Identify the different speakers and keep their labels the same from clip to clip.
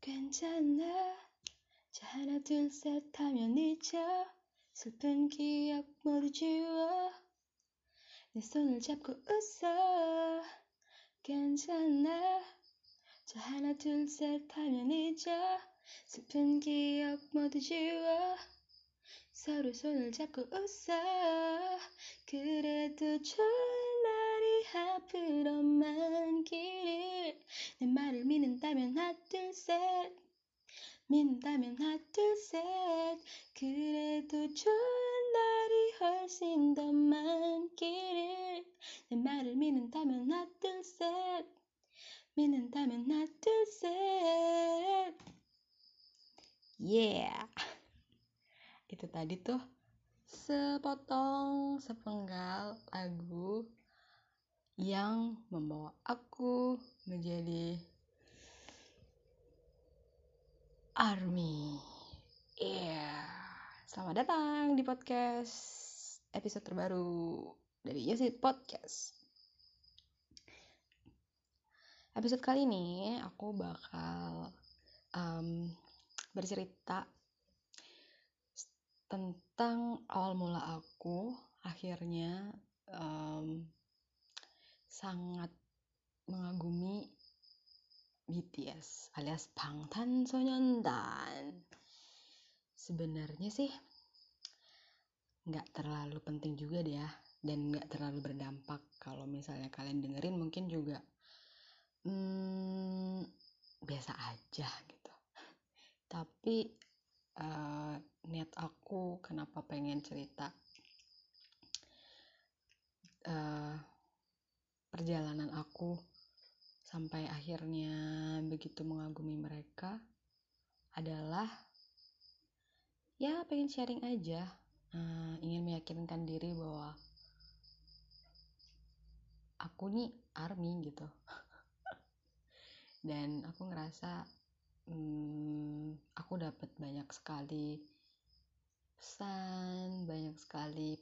Speaker 1: 괜찮아. 자 하나 둘 셋 하면 잊어. 슬픈 기억 모두 지워. 내 손을 잡고 웃어. 괜찮아. 자 하나 둘 셋 하면 잊어. 슬픈 기억 모두 지워. 서로 손을 잡고 웃어. 그래도 좋은 날이 앞으로만 길을. 내 말을 믿는다면 하나 둘 셋. 믿는다면 하나 둘 셋. 그래도 좋은 날이 훨씬 더 많기를. 내 말을 믿는다면 하나 둘 셋. 믿는다면 하나 둘 셋. Yeah. Itu tadi tuh sepenggal lagu yang membawa aku menjadi ARMY. Selamat datang di podcast episode terbaru dari Yesit Podcast. Episode kali ini aku bakal bercerita tentang awal mula aku akhirnya sangat mengagumi BTS alias Bangtanso년단. Sebenarnya sih nggak terlalu penting juga deh ya, dan nggak terlalu berdampak. Kalau misalnya kalian dengerin mungkin juga biasa aja gitu. Tapi niat aku kenapa pengen cerita perjalanan aku sampai akhirnya begitu mengagumi mereka adalah ya pengen sharing aja, ingin meyakinkan diri bahwa aku nih ARMY gitu. Dan aku ngerasa aku dapat banyak sekali pesan, banyak sekali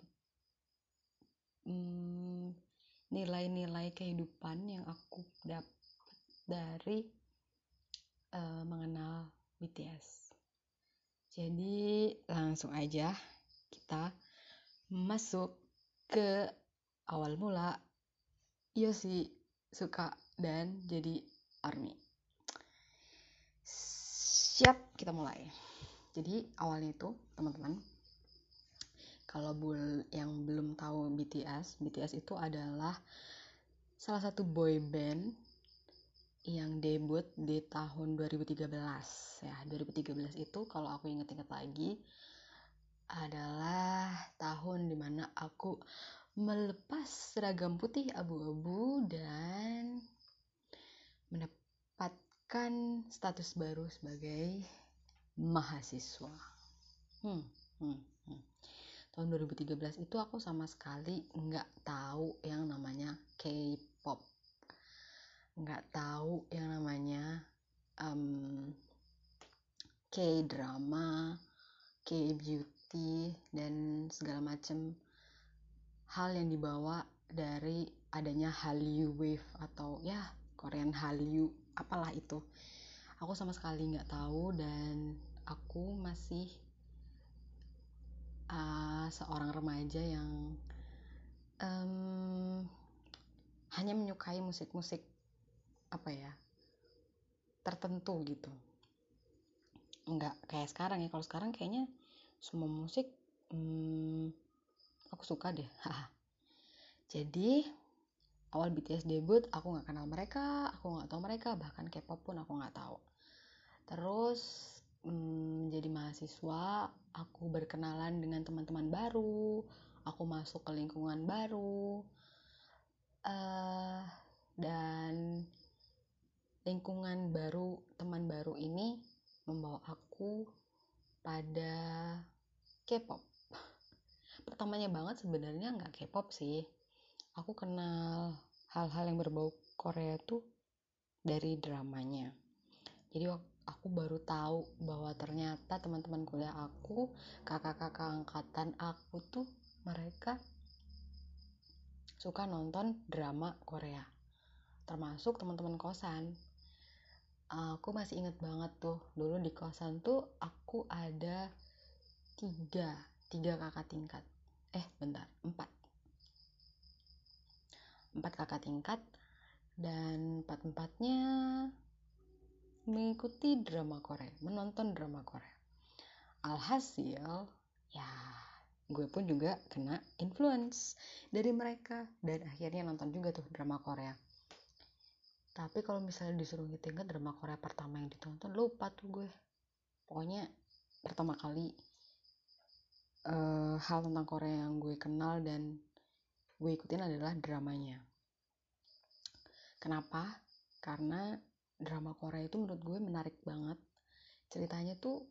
Speaker 1: nilai-nilai kehidupan yang aku dapat dari mengenal BTS. Jadi langsung aja kita masuk ke awal mula Yosi suka dan jadi ARMY. Siap, kita mulai. Jadi awalnya itu teman-teman, kalau yang belum tahu BTS itu adalah salah satu boy band yang debut di tahun 2013 ya. 2013 itu kalau aku inget-inget lagi adalah tahun dimana aku melepas seragam putih abu-abu dan mendapatkan status baru sebagai mahasiswa. Tahun 2013 itu aku sama sekali nggak tahu yang namanya K-pop, nggak tahu yang namanya K-drama, K-beauty, dan segala macam hal yang dibawa dari adanya Hallyu Wave atau ya Korean Hallyu, apalah itu. Aku sama sekali nggak tahu, dan aku masih seorang remaja yang hanya menyukai musik-musik tertentu gitu. Enggak kayak sekarang ya. Kalau sekarang kayaknya semua musik aku suka deh. Jadi awal BTS debut aku nggak kenal mereka, aku nggak tahu mereka, bahkan K-pop pun aku nggak tahu. Terus jadi mahasiswa, aku berkenalan dengan teman-teman baru, aku masuk ke lingkungan baru, dan lingkungan baru, teman baru ini membawa aku pada K-pop. Pertamanya banget sebenarnya nggak K-pop sih, aku kenal hal-hal yang berbau Korea tuh dari dramanya. Jadi aku baru tahu bahwa ternyata teman-teman kuliah aku, kakak-kakak angkatan aku tuh mereka suka nonton drama Korea, termasuk teman-teman kosan. Aku masih inget banget tuh, dulu di kosan tuh aku ada tiga kakak tingkat. Bentar, empat kakak tingkat, dan empat-empatnya mengikuti drama Korea, menonton drama Korea. Alhasil, ya gue pun juga kena influence dari mereka, dan akhirnya nonton juga tuh drama Korea. Tapi kalau misalnya disuruh ngitung drama Korea pertama yang ditonton, lupa tuh gue. Pokoknya pertama kali hal tentang Korea yang gue kenal dan gue ikutin adalah dramanya. Kenapa? Karena drama Korea itu menurut gue menarik banget. Ceritanya tuh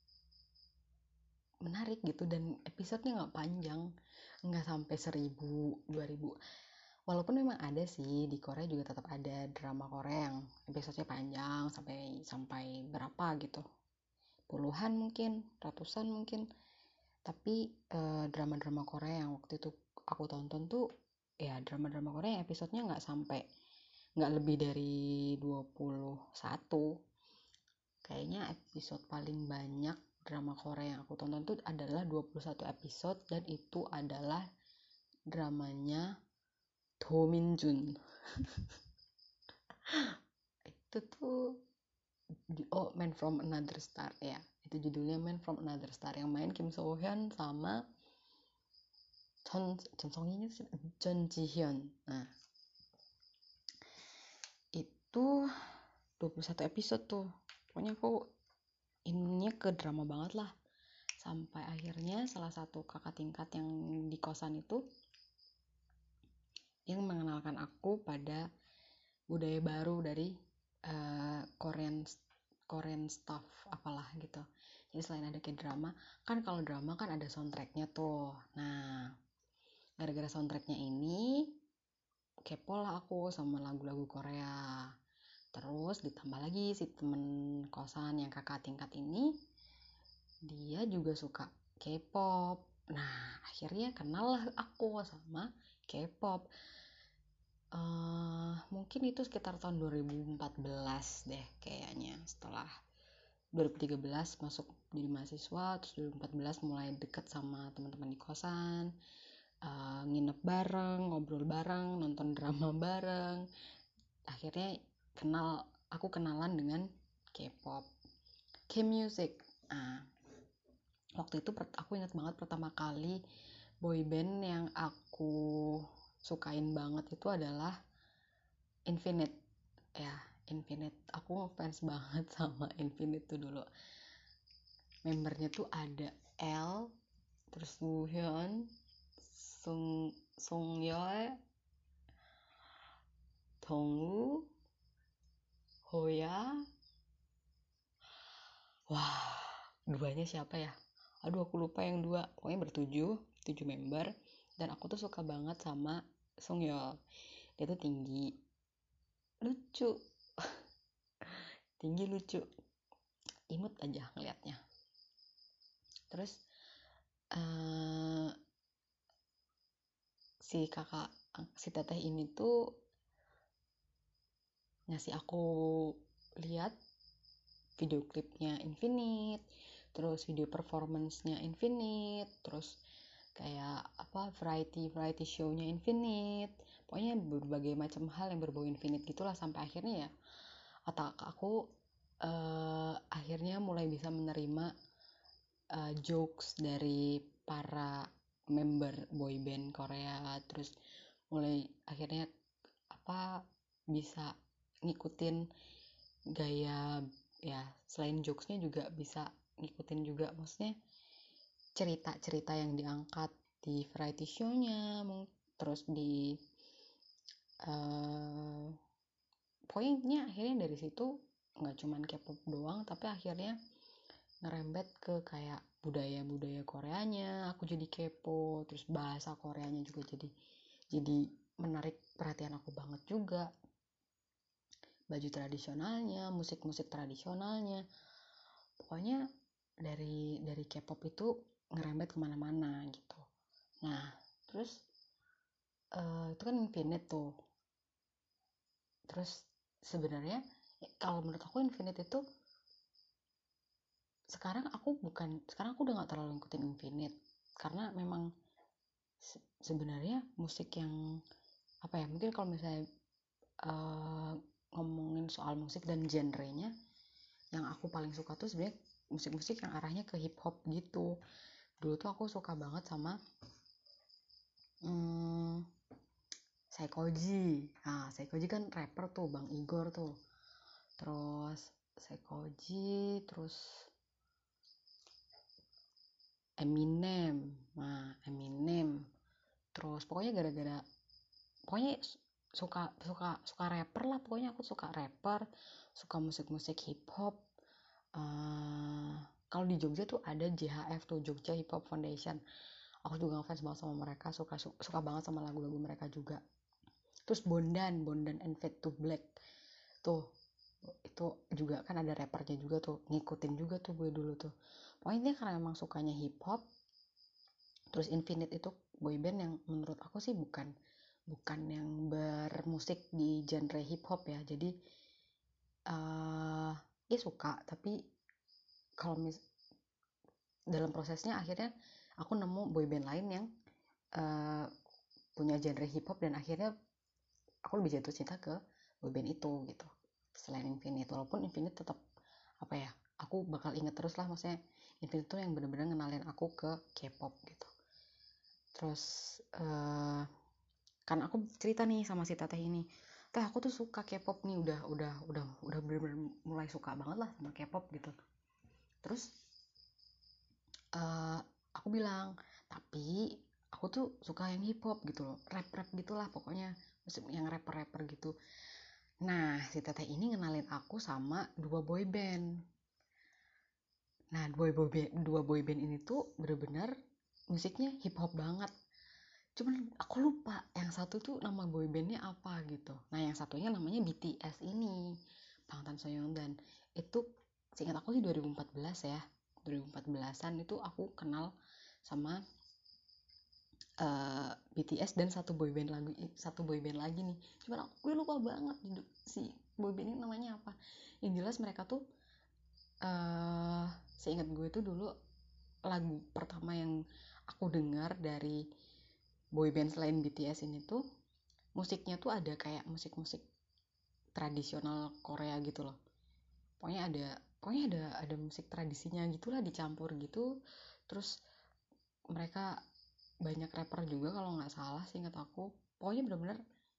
Speaker 1: menarik gitu, dan episodenya gak panjang, gak sampai 1000, 2000. Walaupun memang ada sih, di Korea juga tetap ada drama Korea yang episodenya panjang, sampai berapa gitu, puluhan mungkin, ratusan mungkin. Tapi drama-drama Korea yang waktu itu aku tonton tuh, ya drama-drama Korea yang episodenya gak lebih dari 21. Kayaknya episode paling banyak drama Korea yang aku tonton tuh adalah 21 episode, dan itu adalah dramanya Do Min Jun. Itu tuh Man from Another Star ya. Itu judulnya Man from Another Star, yang main Kim So Hyun sama John Ji Hyun. Nah, itu 21 episode tuh. Pokoknya aku ininya ke drama banget lah. Sampai akhirnya salah satu kakak tingkat yang di kosan itu yang mengenalkan aku pada budaya baru dari Korean stuff apalah gitu. Jadi selain ada kayak drama, kan kalau drama kan ada soundtracknya tuh. Nah, gara-gara soundtracknya ini kepo lah aku sama lagu-lagu Korea. Terus ditambah lagi si temen kosan yang kakak tingkat ini, dia juga suka K-pop. Nah, akhirnya kenal lah aku sama K-pop. Mungkin itu sekitar tahun 2014 deh kayaknya. Setelah 2013 masuk jadi mahasiswa, terus 2014 mulai deket sama teman-teman di kosan, nginep bareng, ngobrol bareng, nonton drama bareng. Akhirnya aku kenalan dengan K-pop, K-music. Waktu itu aku ingat banget pertama kali boyband yang aku sukain banget itu adalah Infinite. Aku fans banget sama Infinite tuh dulu. Membernya tuh ada L, terus Woohyun, Sungyeol, Dongwoo, Hoya. Wah, duanya siapa ya? Aduh, aku lupa yang dua. Pokoknya tujuh member. Dan aku tuh suka banget sama Sungyeol. Dia tuh tinggi, lucu, imut aja ngeliatnya. Terus si teteh ini tuh ngasih aku lihat video klipnya Infinite, terus video performance-nya Infinite, terus kayak variety show-nya Infinite. Pokoknya berbagai macam hal yang berbau Infinite gitulah, sampai akhirnya ya otak aku akhirnya mulai bisa menerima jokes dari para member boyband Korea. Terus mulai akhirnya bisa ngikutin gaya, ya selain jokesnya juga bisa ngikutin juga, maksudnya cerita-cerita yang diangkat di variety show-nya, terus di pokoknya akhirnya dari situ nggak cuman K-pop doang, tapi akhirnya ngerembet ke kayak budaya-budaya Koreanya. Aku jadi kepo, terus bahasa Koreanya juga jadi menarik perhatian aku banget juga. Baju tradisionalnya, musik-musik tradisionalnya, pokoknya dari K-pop itu ngerembet kemana-mana gitu. Nah, terus itu kan Infinite tuh. Terus sebenarnya Kalau menurut aku Infinite itu sekarang aku udah nggak terlalu ngikutin Infinite, karena memang sebenarnya musik yang apa ya, mungkin kalau misalnya ngomongin soal musik dan genrenya, yang aku paling suka tuh sebenarnya musik-musik yang arahnya ke hip hop gitu. Dulu tuh aku suka banget sama Saikoji. Nah, Saikoji kan rapper tuh, Bang Igor tuh. Terus Saikoji, terus Eminem. Nah, Eminem. Terus pokoknya suka suka suka rapper lah, pokoknya aku suka rapper, suka musik-musik hip hop. Kalau di Jogja tuh ada JHF tuh, Jogja Hip Hop Foundation. Aku juga ngefans banget sama mereka, suka banget sama lagu-lagu mereka juga. Terus Bondan and Fade to Black tuh, itu juga kan ada rappernya juga tuh, ngikutin juga tuh gue dulu tuh. Pokoknya karena emang sukanya hip hop. Terus Infinite itu boyband yang menurut aku sih bukan yang bermusik di genre hip hop ya, jadi dia suka, tapi kalau dalam prosesnya akhirnya aku nemu boyband lain yang punya genre hip hop, dan akhirnya aku lebih jatuh cinta ke boyband itu gitu, selain Infinite. Walaupun Infinite tetap apa ya, aku bakal inget terus lah, maksudnya Infinite itu yang bener-bener ngenalin aku ke K-pop gitu. Terus kan aku cerita nih sama si teteh ini, teh aku tuh suka K-pop nih, udah bener-bener mulai suka banget lah sama K-pop gitu. Terus aku bilang, tapi aku tuh suka yang hip hop gitu loh, rap gitulah pokoknya, yang rapper gitu. Nah, si teteh ini ngenalin aku sama dua boy band. Nah, dua boy band ini tuh bener-bener musiknya hip hop banget. Cuman aku lupa yang satu tuh nama boy bandnya apa gitu. Nah, yang satunya namanya BTS ini, Bangtan Sonyeondan. Itu seingat aku sih 2014 ya. 2014-an itu aku kenal sama BTS dan satu boyband lagi nih. Cuman gue lupa banget si boyband ini namanya apa. Yang jelas mereka tuh seingat gue tuh dulu lagu pertama yang aku dengar dari boyband selain BTS ini tuh, musiknya tuh ada kayak musik-musik tradisional Korea gitu loh. Pokoknya ada musik tradisinya gitulah, dicampur gitu. Terus mereka banyak rapper juga kalau nggak salah, seingat aku. Pokoknya bener-bener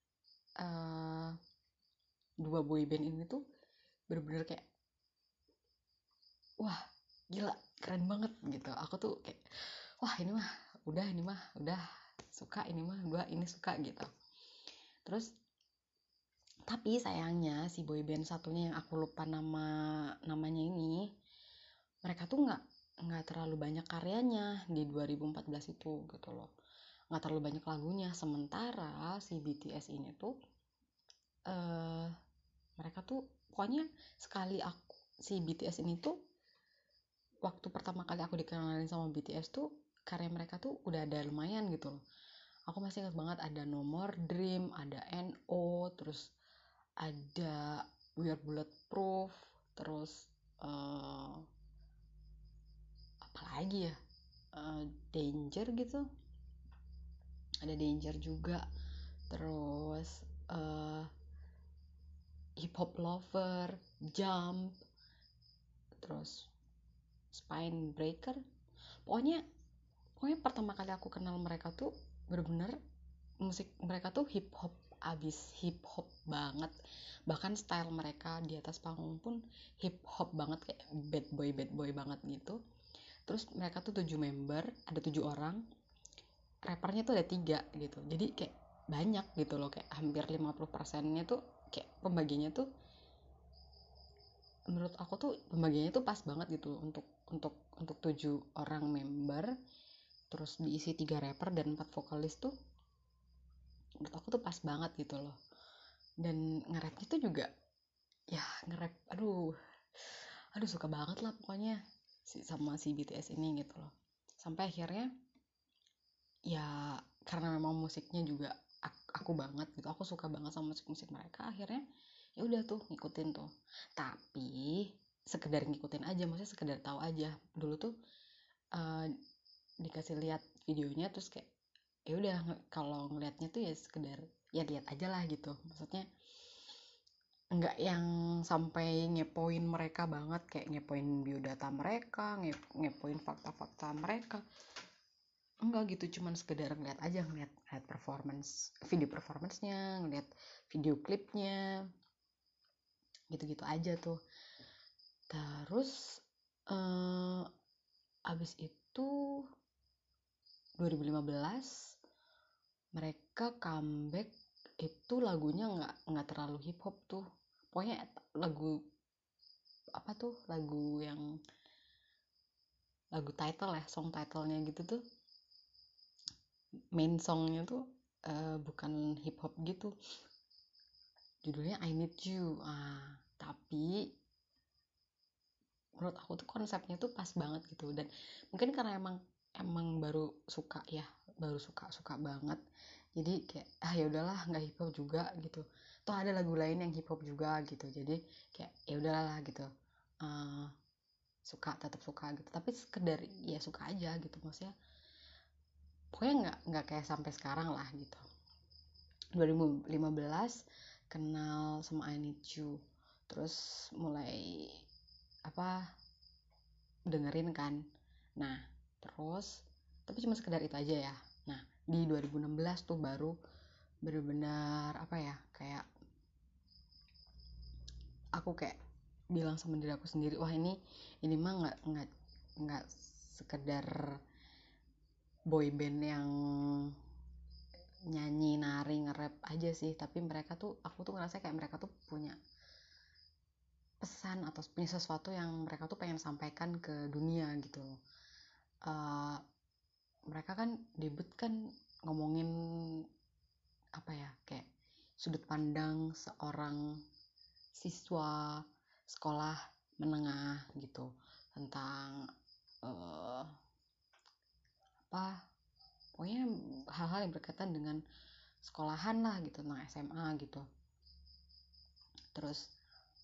Speaker 1: dua boyband ini tuh bener-bener kayak wah gila, keren banget gitu. Aku tuh kayak wah ini mah udah suka, ini suka gitu. Terus tapi sayangnya si boyband satunya yang aku lupa namanya ini, mereka tuh nggak terlalu banyak karyanya di 2014 itu gitu loh, nggak terlalu banyak lagunya. Sementara si BTS ini tuh mereka tuh pokoknya si BTS ini tuh waktu pertama kali aku dikenalin sama BTS tuh karya mereka tuh udah ada lumayan gitu loh. Aku masih ingat banget ada No More Dream, ada NO, terus ada We Are Bulletproof, terus apa lagi ya, Danger gitu, ada Danger juga. Terus Hip Hop Lover, Jump, terus Spine Breaker. Pokoknya pertama kali aku kenal mereka tuh bener-bener musik mereka tuh hip hop hip hop banget. Bahkan style mereka di atas panggung pun hip hop banget, kayak bad boy banget gitu. Terus mereka tuh 7 member, ada 7 orang, rappernya tuh ada 3 gitu. Jadi kayak banyak gitu loh, kayak hampir 50%-nya tuh kayak pembagiannya tuh, menurut aku tuh pembagiannya tuh pas banget gitu untuk 7 orang member, terus diisi 3 rapper dan 4 vokalis tuh menurut aku tuh pas banget gitu loh. Dan nge-rapnya tuh juga ya nge-rap, aduh suka banget lah pokoknya sama si BTS ini gitu loh. Sampai akhirnya ya karena memang musiknya juga aku banget gitu, aku suka banget sama musik-musik mereka, akhirnya ya udah tuh ngikutin tuh, tapi sekedar ngikutin aja, maksudnya sekedar tahu aja. Dulu tuh dikasih lihat videonya terus kayak ya udah, kalau ngelihatnya tuh ya sekedar ya lihat aja lah gitu, maksudnya nggak yang sampai ngepoin mereka banget, kayak ngepoin biodata mereka, ngepoin fakta-fakta mereka, enggak gitu, cuman sekedar ngeliat aja, ngeliat performance, video performance-nya, ngeliat video klipnya, gitu-gitu aja tuh. Terus abis itu 2015 mereka comeback, itu lagunya nggak terlalu hip hop tuh, pokoknya lagu apa tuh, lagu title ya, song titlenya gitu tuh, main songnya tuh bukan hip hop gitu, judulnya I Need You. Tapi menurut aku tuh konsepnya tuh pas banget gitu, dan mungkin karena emang baru suka banget, jadi kayak ya udahlah, nggak hip hop juga gitu, toh ada lagu lain yang hip hop juga gitu, jadi kayak ya udahlah gitu, tetap suka gitu, tapi sekedar ya suka aja gitu, maksudnya pokoknya nggak kayak sampai sekarang lah gitu. 2015 kenal sama I Need You, terus mulai dengerin kan, nah terus tapi cuma sekedar itu aja ya. Nah di 2016 tuh baru benar-benar kayak aku kayak bilang sama diri aku sendiri, wah ini mah nggak sekedar boy band yang nyanyi, nari, nge-rap aja sih, tapi aku tuh ngerasa kayak mereka tuh punya pesan atau punya sesuatu yang mereka tuh pengen sampaikan ke dunia gitu loh. Mereka kan debut kan ngomongin kayak sudut pandang seorang siswa sekolah menengah gitu, tentang pokoknya hal-hal yang berkaitan dengan sekolahan lah gitu, tentang SMA gitu. Terus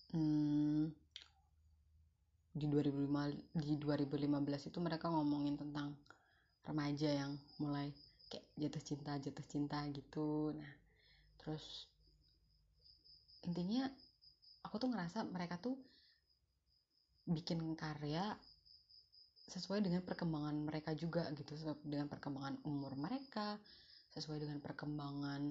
Speaker 1: di 2015 itu mereka ngomongin tentang remaja yang mulai kayak jatuh cinta gitu. Nah terus intinya aku tuh ngerasa mereka tuh bikin karya sesuai dengan perkembangan mereka juga gitu, sesuai dengan perkembangan umur mereka, sesuai dengan perkembangan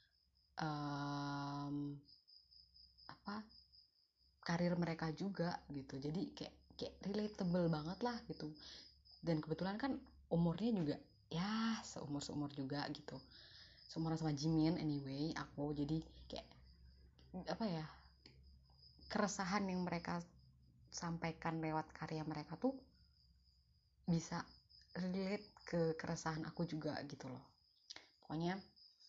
Speaker 1: karir mereka juga gitu, jadi kayak relatable banget lah gitu. Dan kebetulan kan umurnya juga ya seumur juga gitu, seumuran sama Jimin anyway aku, jadi kayak keresahan yang mereka sampaikan lewat karya mereka tuh bisa relate ke keresahan aku juga gitu loh. Pokoknya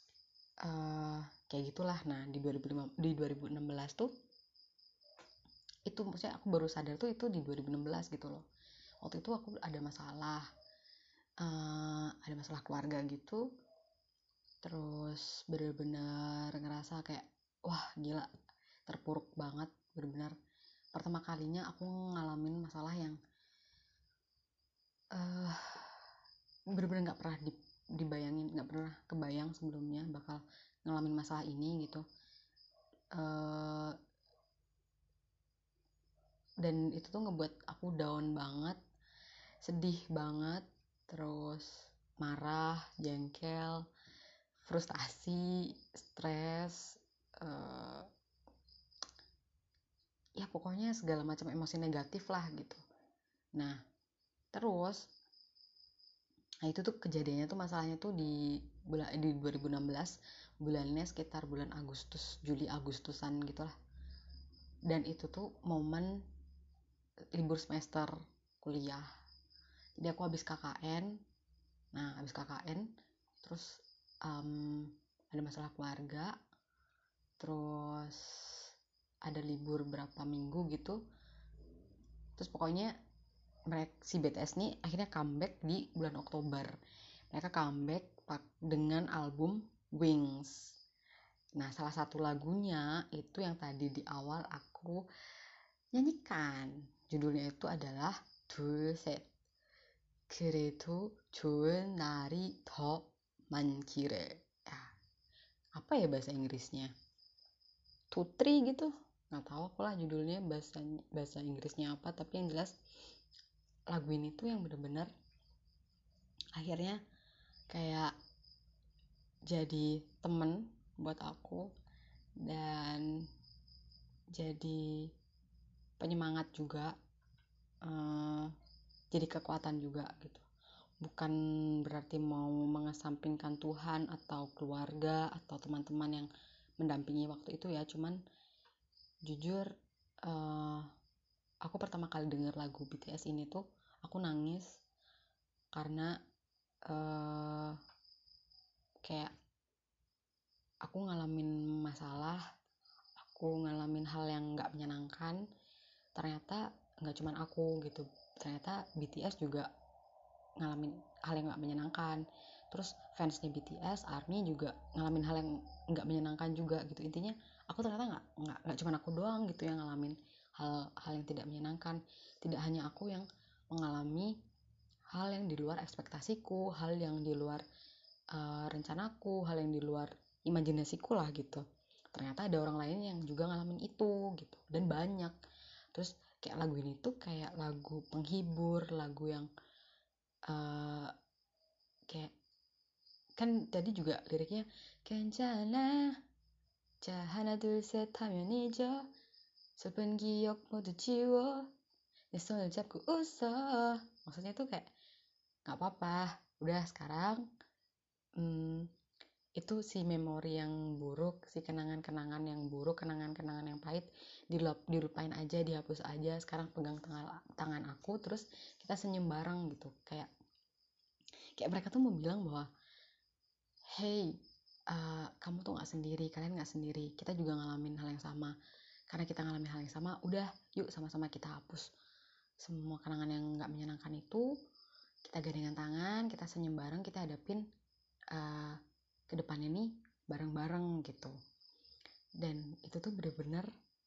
Speaker 1: kayak gitulah. Nah di 2016 tuh itu, maksudnya aku baru sadar tuh itu di 2016 gitu loh. Waktu itu aku ada masalah keluarga gitu, terus bener-bener ngerasa kayak wah gila, terpuruk banget, bener-bener pertama kalinya aku ngalamin masalah yang bener-bener nggak pernah dibayangin, nggak pernah kebayang sebelumnya bakal ngalamin masalah ini gitu. Dan itu tuh ngebuat aku down banget, sedih banget, terus marah, jengkel, frustasi, stres, ya pokoknya segala macam emosi negatif lah gitu. Nah terus itu tuh kejadiannya tuh, masalahnya tuh di 2016, bulannya sekitar bulan Juli Agustusan gitulah. Dan itu tuh momen libur semester kuliah, jadi aku habis KKN. Nah habis KKN terus ada masalah keluarga, terus ada libur berapa minggu gitu, terus pokoknya si BTS nih akhirnya comeback di bulan Oktober. Mereka comeback dengan album Wings. Nah, salah satu lagunya itu yang tadi di awal aku nyanyikan. Judulnya itu adalah 둘셋 그래도 좋은 날이 더 많기를. Ya, apa ya bahasa Inggrisnya? Tutri gitu. Nggak tahu aku lah judulnya bahasa Inggrisnya apa, tapi yang jelas lagu ini tuh yang bener-bener akhirnya kayak jadi temen buat aku dan jadi penyemangat juga, jadi kekuatan juga gitu. Bukan berarti mau mengesampingkan Tuhan atau keluarga atau teman-teman yang mendampingi waktu itu ya, cuman jujur aku pertama kali denger lagu BTS ini tuh aku nangis karena kayak aku ngalamin masalah, aku ngalamin hal yang gak menyenangkan. Ternyata gak cuman aku gitu, ternyata BTS juga ngalamin hal yang gak menyenangkan. Terus fansnya BTS, ARMY juga ngalamin hal yang gak menyenangkan juga gitu. Intinya aku ternyata gak cuman aku doang gitu yang ngalamin hal yang tidak menyenangkan. Tidak hanya aku yang mengalami hal yang di luar ekspektasiku, hal yang di luar rencanaku, hal yang di luar imajinasiku lah gitu. Ternyata ada orang lain yang juga ngalamin itu gitu, dan banyak. Terus kayak lagu ini tuh kayak lagu penghibur, lagu yang kayak kan tadi juga liriknya 괜찮아 자 하나 둘 셋 하면 잊어 슬픈 기억 모두 지워 내 손을 잡고 웃어. Maksudnya tuh kayak gak apa-apa, udah sekarang itu si memori yang buruk, si kenangan-kenangan yang buruk, kenangan-kenangan yang pahit dilupain aja, dihapus aja. Sekarang pegang tangan aku, terus kita senyum bareng gitu. Kayak mereka tuh mau bilang bahwa hey, kamu tuh gak sendiri, kalian gak sendiri, kita juga ngalamin hal yang sama. Karena kita ngalamin hal yang sama, udah yuk sama-sama kita hapus semua kenangan yang gak menyenangkan itu. Kita gandengan tangan, kita senyum bareng, kita hadapin ke depannya nih bareng-bareng gitu. Dan itu tuh bener-bener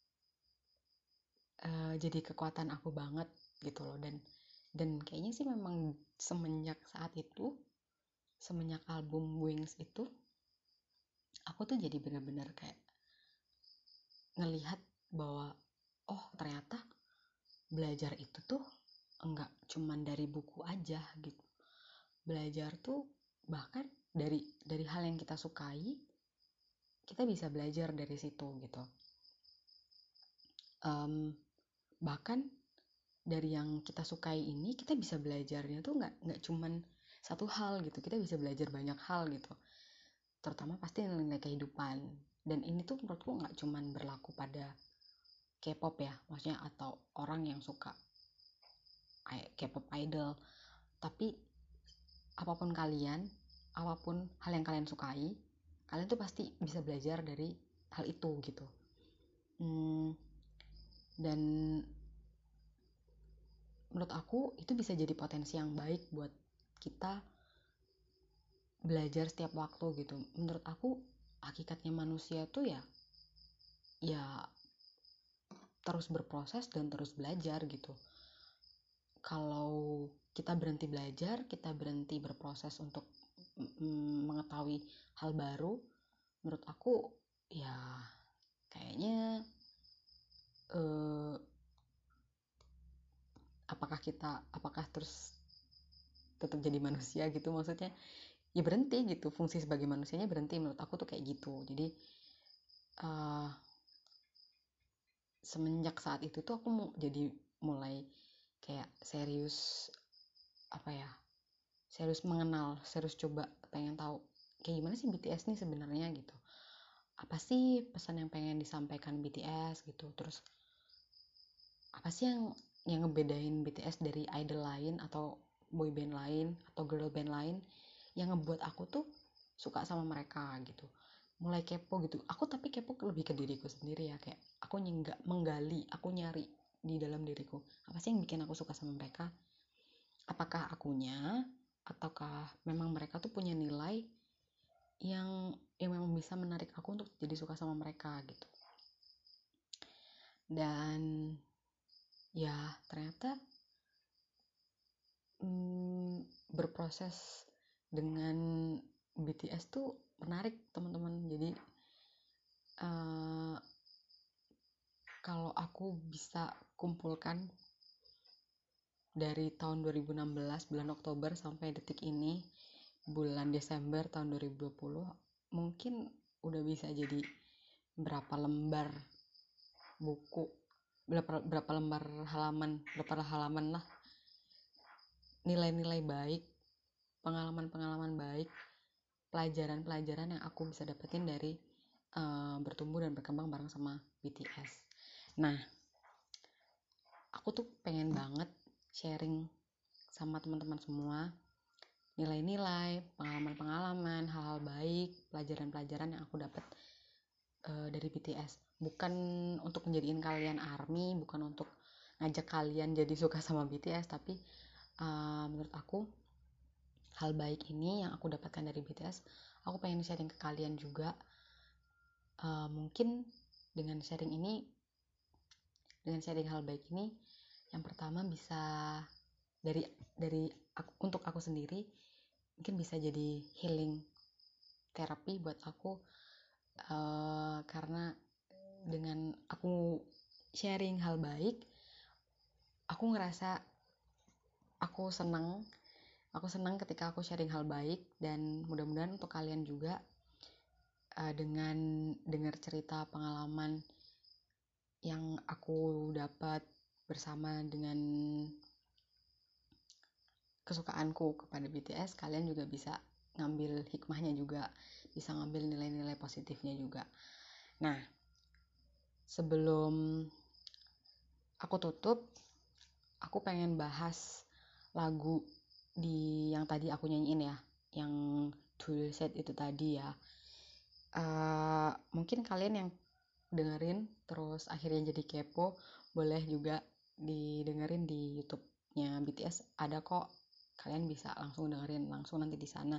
Speaker 1: jadi kekuatan aku banget gitu loh. Dan kayaknya sih memang semenjak saat itu, semenjak album Wings itu, aku tuh jadi bener-bener kayak ngelihat bahwa oh ternyata belajar itu tuh enggak cuman dari buku aja gitu. Belajar tuh bahkan dari hal yang kita sukai, kita bisa belajar dari situ gitu. Bahkan dari yang kita sukai ini, kita bisa belajarnya tuh nggak cuman satu hal gitu, kita bisa belajar banyak hal gitu, terutama pasti nilai kehidupan. Dan ini tuh menurutku nggak cuman berlaku pada K-pop ya, maksudnya atau orang yang suka K-pop idol, tapi apapun hal yang kalian sukai, kalian tuh pasti bisa belajar dari hal itu gitu. Dan menurut aku itu bisa jadi potensi yang baik buat kita belajar setiap waktu gitu. Menurut aku hakikatnya manusia tuh ya terus berproses dan terus belajar gitu. Kalau kita berhenti belajar, kita berhenti berproses untuk mengetahui hal baru, menurut aku ya kayaknya apakah terus tetap jadi manusia gitu, maksudnya ya berhenti gitu, fungsi sebagai manusianya berhenti. Menurut aku tuh kayak gitu. Jadi semenjak saat itu tuh aku jadi mulai kayak serius mengenal, serius coba pengen tahu kayak gimana sih BTS nih sebenarnya gitu. Apa sih pesan yang pengen disampaikan BTS gitu. Terus apa sih yang ngebedain BTS dari idol lain atau boy band lain atau girl band lain yang ngebuat aku tuh suka sama mereka gitu. Mulai kepo gitu. Tapi kepo lebih ke diriku sendiri ya, kayak aku menggali, aku nyari di dalam diriku. Apa sih yang bikin aku suka sama mereka? Apakah akunya, ataukah memang mereka tuh punya nilai yang memang bisa menarik aku untuk jadi suka sama mereka gitu. Dan ya ternyata berproses dengan BTS tuh menarik teman-teman. Jadi kalau aku bisa kumpulkan dari tahun 2016 bulan Oktober sampai detik ini bulan Desember tahun 2020, mungkin udah bisa jadi berapa lembar buku, berapa lembar halaman, berapa halaman lah, nilai-nilai baik, pengalaman-pengalaman baik, pelajaran-pelajaran yang aku bisa dapetin dari bertumbuh dan berkembang bareng sama BTS. Nah, aku tuh pengen banget sharing sama teman-teman semua nilai-nilai, pengalaman-pengalaman, hal-hal baik, pelajaran-pelajaran yang aku dapat dari BTS. Bukan untuk menjadiin kalian ARMY, bukan untuk ngajak kalian jadi suka sama BTS, tapi menurut aku hal baik ini yang aku dapatkan dari BTS, aku pengen sharing ke kalian juga. Mungkin dengan sharing hal baik ini, yang pertama bisa dari untuk aku sendiri, mungkin bisa jadi healing terapi buat aku, karena dengan aku sharing hal baik, aku ngerasa aku senang ketika aku sharing hal baik. Dan mudah-mudahan untuk kalian juga dengan dengar cerita pengalaman yang aku dapat bersama dengan kesukaanku kepada BTS, kalian juga bisa ngambil hikmahnya juga, bisa ngambil nilai-nilai positifnya juga. Nah, sebelum aku tutup, aku pengen bahas lagu yang tadi aku nyanyiin ya, yang Too Sad itu tadi ya. Mungkin kalian yang dengerin terus akhirnya jadi kepo, boleh juga didengerin di YouTube-nya BTS, ada kok, kalian bisa langsung dengerin langsung nanti di sana.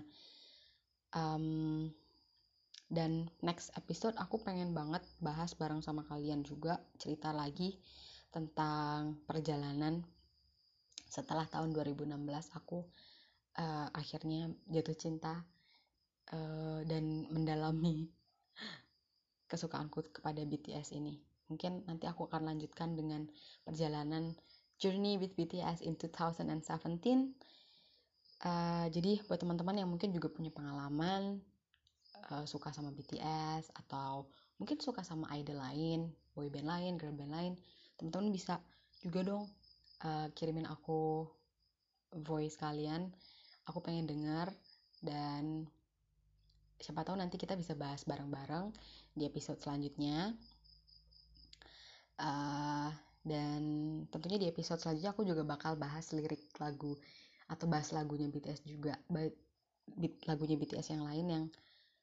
Speaker 1: Dan next episode aku pengen banget bahas bareng sama kalian juga, cerita lagi tentang perjalanan setelah tahun 2016 aku akhirnya jatuh cinta dan mendalami kesukaanku kepada BTS ini. Mungkin nanti aku akan lanjutkan dengan perjalanan Journey with BTS in 2017. Jadi buat teman-teman yang mungkin juga punya pengalaman suka sama BTS, atau mungkin suka sama idol lain, boyband lain, girl band lain, teman-teman bisa juga dong kirimin aku voice kalian. Aku pengen dengar, dan siapa tahu nanti kita bisa bahas bareng-bareng di episode selanjutnya. Dan tentunya di episode selanjutnya aku juga bakal bahas lirik lagu atau bahas lagunya BTS juga, lagunya BTS yang lain yang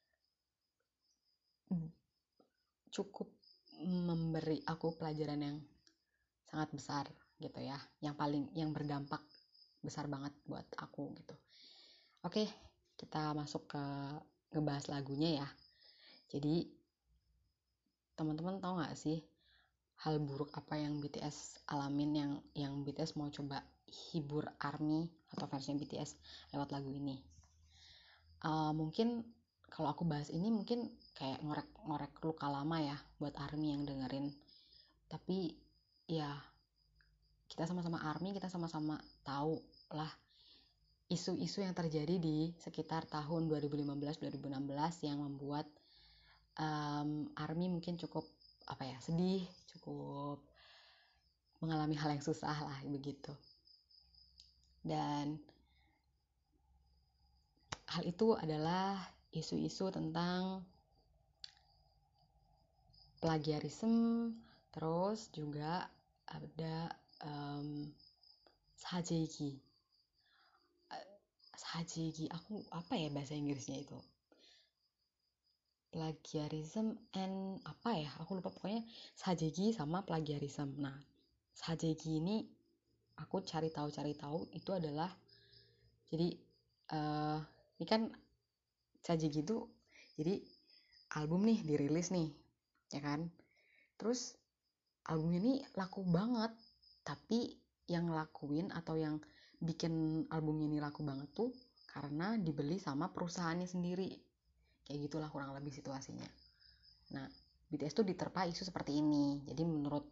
Speaker 1: cukup memberi aku pelajaran yang sangat besar gitu ya, yang berdampak besar banget buat aku gitu. Oke, kita masuk ke ngebahas lagunya ya. Jadi teman-teman tahu nggak sih hal buruk apa yang BTS alamin, yang BTS mau coba hibur ARMY atau fansnya BTS lewat lagu ini? Mungkin kalau aku bahas ini mungkin kayak ngorek luka lama ya buat ARMY yang dengerin. Tapi ya kita sama-sama ARMY, kita sama-sama tahu lah isu-isu yang terjadi di sekitar tahun 2015-2016 yang membuat ARMY mungkin cukup sedih, cukup mengalami hal yang susah lah begitu. Dan hal itu adalah isu-isu tentang plagiarisme, terus juga ada 사재기. Aku apa ya bahasa Inggrisnya itu? Plagiarism and aku lupa, pokoknya 사재기 sama plagiarism. Nah, 사재기 ini aku cari tahu itu adalah, jadi ini kan 사재기 itu Jadi album nih dirilis nih, ya kan? Terus album ini laku banget, tapi yang ngelakuin atau yang bikin album ini laku banget tuh karena dibeli sama perusahaannya sendiri. Kayak gitulah kurang lebih situasinya. Nah, BTS tuh diterpa isu seperti ini. Jadi menurut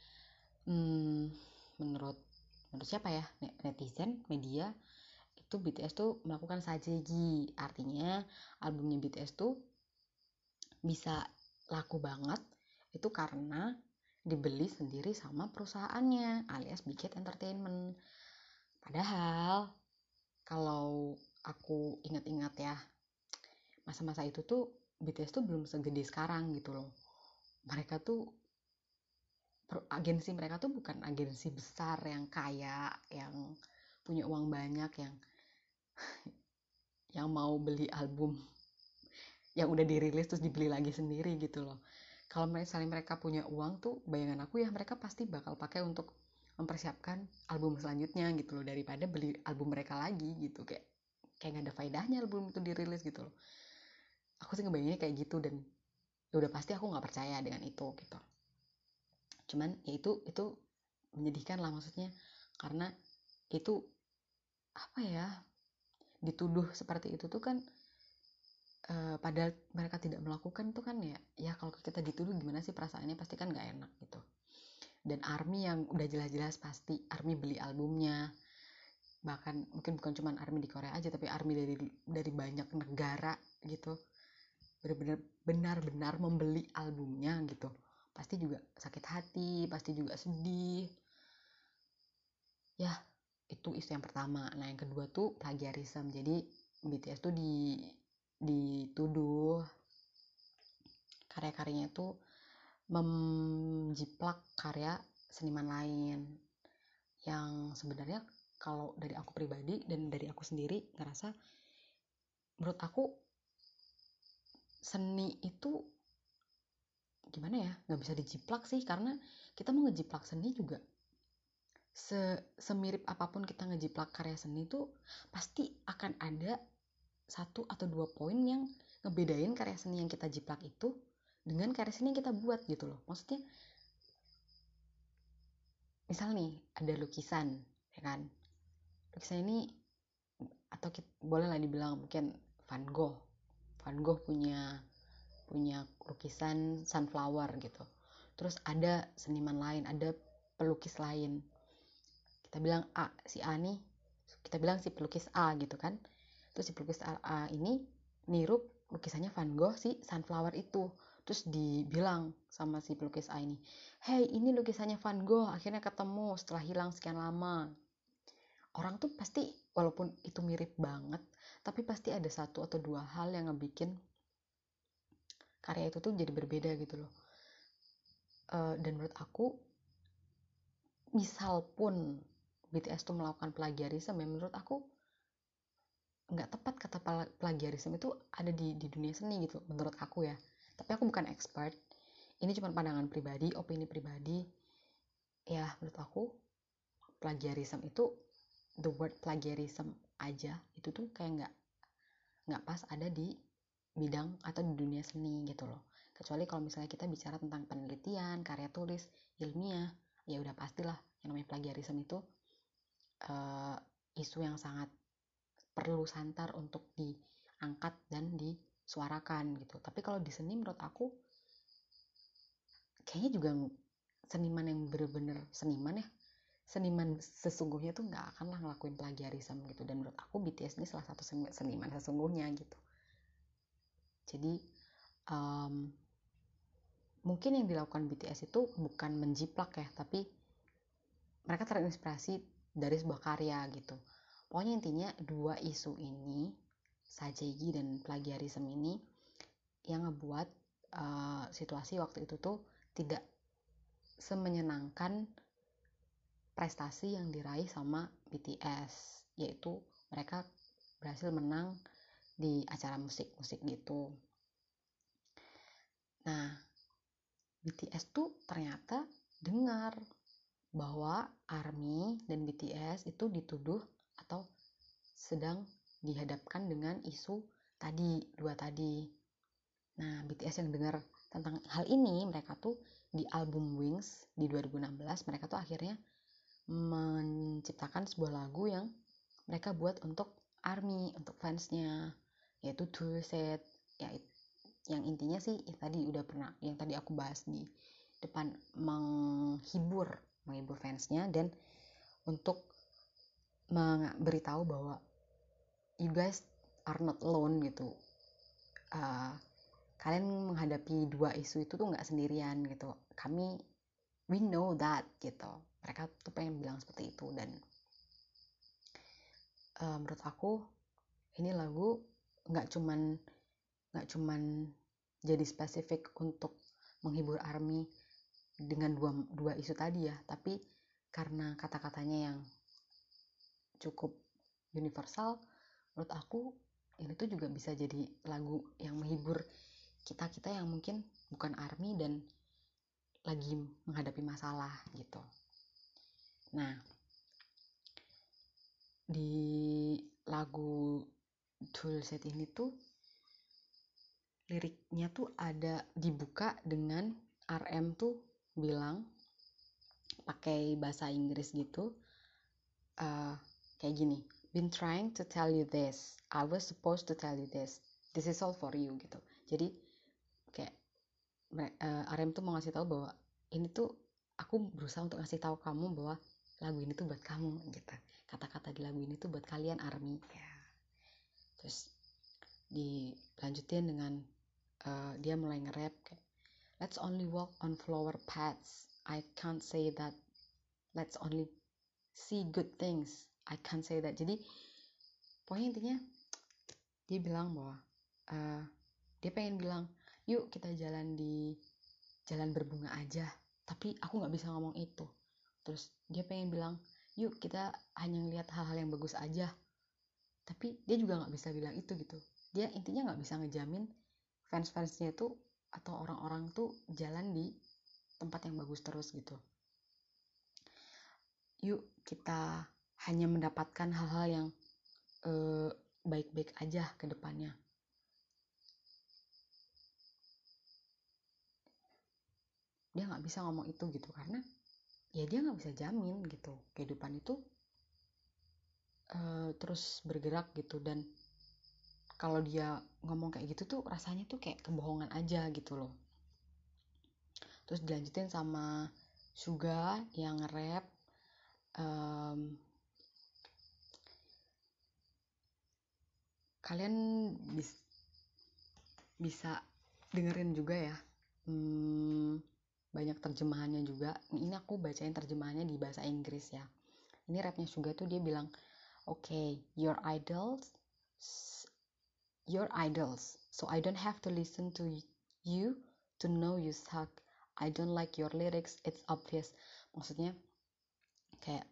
Speaker 1: menurut siapa ya, netizen, media, itu BTS tuh melakukan sajegi. Artinya albumnya BTS tuh bisa laku banget itu karena dibeli sendiri sama perusahaannya alias Big Hit Entertainment. Padahal kalau aku ingat-ingat ya, masa-masa itu tuh BTS tuh belum segede sekarang gitu loh. Mereka tuh agensi mereka tuh bukan agensi besar yang kaya, yang punya uang banyak, yang mau beli album yang udah dirilis terus dibeli lagi sendiri gitu loh. Kalau misalnya mereka punya uang tuh, bayangan aku ya mereka pasti bakal pakai untuk mempersiapkan album selanjutnya gitu loh, daripada beli album mereka lagi gitu. Kayak nggak ada faedahnya album itu dirilis gitu loh. Aku sih ngebayanginnya kayak gitu, dan ya udah pasti aku nggak percaya dengan itu gitu. Cuman ya itu menyedihkan lah maksudnya, karena itu apa ya, dituduh seperti itu tuh kan padahal mereka tidak melakukan tuh kan, ya kalau kita dituduh gimana sih perasaannya, pasti kan nggak enak gitu. Dan ARMY yang udah jelas-jelas pasti ARMY beli albumnya, bahkan mungkin bukan cuma ARMY di Korea aja, tapi ARMY dari banyak negara gitu, benar-benar membeli albumnya gitu, pasti juga sakit hati, pasti juga sedih ya. Itu isu yang pertama. Nah yang kedua tuh plagiarism. Jadi BTS tuh dituduh karya-karyanya tuh menjiplak karya seniman lain, yang sebenarnya kalau dari aku pribadi dan dari aku sendiri ngerasa, menurut aku seni itu gimana ya, nggak bisa dijiplak sih, karena kita mau ngejiplak seni juga semirip apapun kita ngejiplak karya seni tuh pasti akan ada satu atau dua poin yang ngebedain karya seni yang kita jiplak itu dengan karya seni yang kita buat gitu loh. Maksudnya misal nih ada lukisan, ya kan, lukisan ini atau boleh lah dibilang mungkin Van Gogh punya lukisan sunflower gitu. Terus ada seniman lain, ada pelukis lain, kita bilang A, si A nih, kita bilang si pelukis A gitu kan. Terus si pelukis A ini niru lukisannya Van Gogh si sunflower itu. Terus dibilang sama si pelukis A ini, hey ini lukisannya Van Gogh, akhirnya ketemu setelah hilang sekian lama. Orang tuh pasti, walaupun itu mirip banget, tapi pasti ada satu atau dua hal yang ngebikin karya itu tuh jadi berbeda gitu loh. Dan menurut aku, misal pun BTS tuh melakukan plagiarisme, ya menurut aku nggak tepat kata plagiarisme itu ada di dunia seni gitu, menurut aku ya. Tapi aku bukan expert, ini cuma pandangan pribadi, opini pribadi. Ya menurut aku plagiarisme itu, the word plagiarism aja itu tuh kayak nggak pas ada di bidang atau di dunia seni gitu loh. Kecuali kalau misalnya kita bicara tentang penelitian, karya tulis, ilmiah, ya udah pastilah yang namanya plagiarisme itu isu yang sangat perlu santar untuk diangkat dan disuarakan gitu. Tapi kalau di seni menurut aku kayaknya juga seniman yang bener-bener seniman ya, seniman sesungguhnya tuh nggak akan lah ngelakuin plagiarisme gitu. Dan menurut aku BTS ini salah satu seniman sesungguhnya gitu. Jadi mungkin yang dilakukan BTS itu bukan menjiplak ya, tapi mereka terinspirasi dari sebuah karya gitu. Pokoknya intinya dua isu ini, sajegi dan plagiarisme ini, yang ngebuat situasi waktu itu tuh tidak semenyenangkan prestasi yang diraih sama BTS, yaitu mereka berhasil menang di acara musik gitu. Nah, BTS tuh ternyata dengar bahwa ARMY dan BTS itu dituduh atau sedang dihadapkan dengan isu tadi, dua tadi. Nah, BTS yang dengar tentang hal ini, mereka tuh di album Wings di 2016, mereka tuh akhirnya menciptakan sebuah lagu yang mereka buat untuk ARMY, untuk fansnya, yaitu Tool Set. Ya, yang intinya sih tadi udah pernah, yang tadi aku bahas di depan, menghibur fansnya dan untuk memberitahu bahwa you guys are not alone gitu. Kalian menghadapi dua isu itu tuh nggak sendirian gitu. We know that gitu. Mereka tuh pengen bilang seperti itu. Dan menurut aku ini lagu nggak cuman jadi spesifik untuk menghibur ARMY dengan dua isu tadi ya, tapi karena kata-katanya yang cukup universal, menurut aku ini tuh juga bisa jadi lagu yang menghibur kita yang mungkin bukan ARMY dan lagi menghadapi masalah gitu. Nah, di lagu Tool Set ini tuh liriknya tuh ada dibuka dengan RM tuh bilang pakai bahasa Inggris gitu, kayak gini, been trying to tell you this, I was supposed to tell you this is all for you gitu. Jadi kayak RM tuh mau ngasih tahu bahwa ini tuh aku berusaha untuk ngasih tahu kamu bahwa lagu ini tuh buat kamu gitu. Kata-kata di lagu ini tuh buat kalian ARMY ya. Terus dilanjutin dengan dia mulai nge-rap kayak, let's only walk on flower paths, I can't say that, let's only see good things, I can't say that. Jadi pokoknya intinya dia bilang bahwa dia pengen bilang, yuk kita jalan di jalan berbunga aja, tapi aku nggak bisa ngomong itu. Terus dia pengen bilang, yuk kita hanya ngelihat hal-hal yang bagus aja, tapi dia juga nggak bisa bilang itu gitu. Dia intinya nggak bisa ngejamin fans-fansnya tuh atau orang-orang tuh jalan di tempat yang bagus terus gitu. Yuk kita hanya mendapatkan hal-hal yang baik-baik aja ke depannya. Dia nggak bisa ngomong itu gitu karena ya dia nggak bisa jamin gitu kehidupan itu terus bergerak gitu. Dan kalau dia ngomong kayak gitu tuh rasanya tuh kayak kebohongan aja gitu loh. Terus dilanjutin sama Suga yang nge-rap, kalian bisa dengerin juga ya, banyak terjemahannya juga. Ini aku bacain terjemahannya di bahasa Inggris ya. Ini rapnya Suga tuh dia bilang, okay, your idols, so I don't have to listen to you to know you suck. I don't like your lyrics, it's obvious. Maksudnya kayak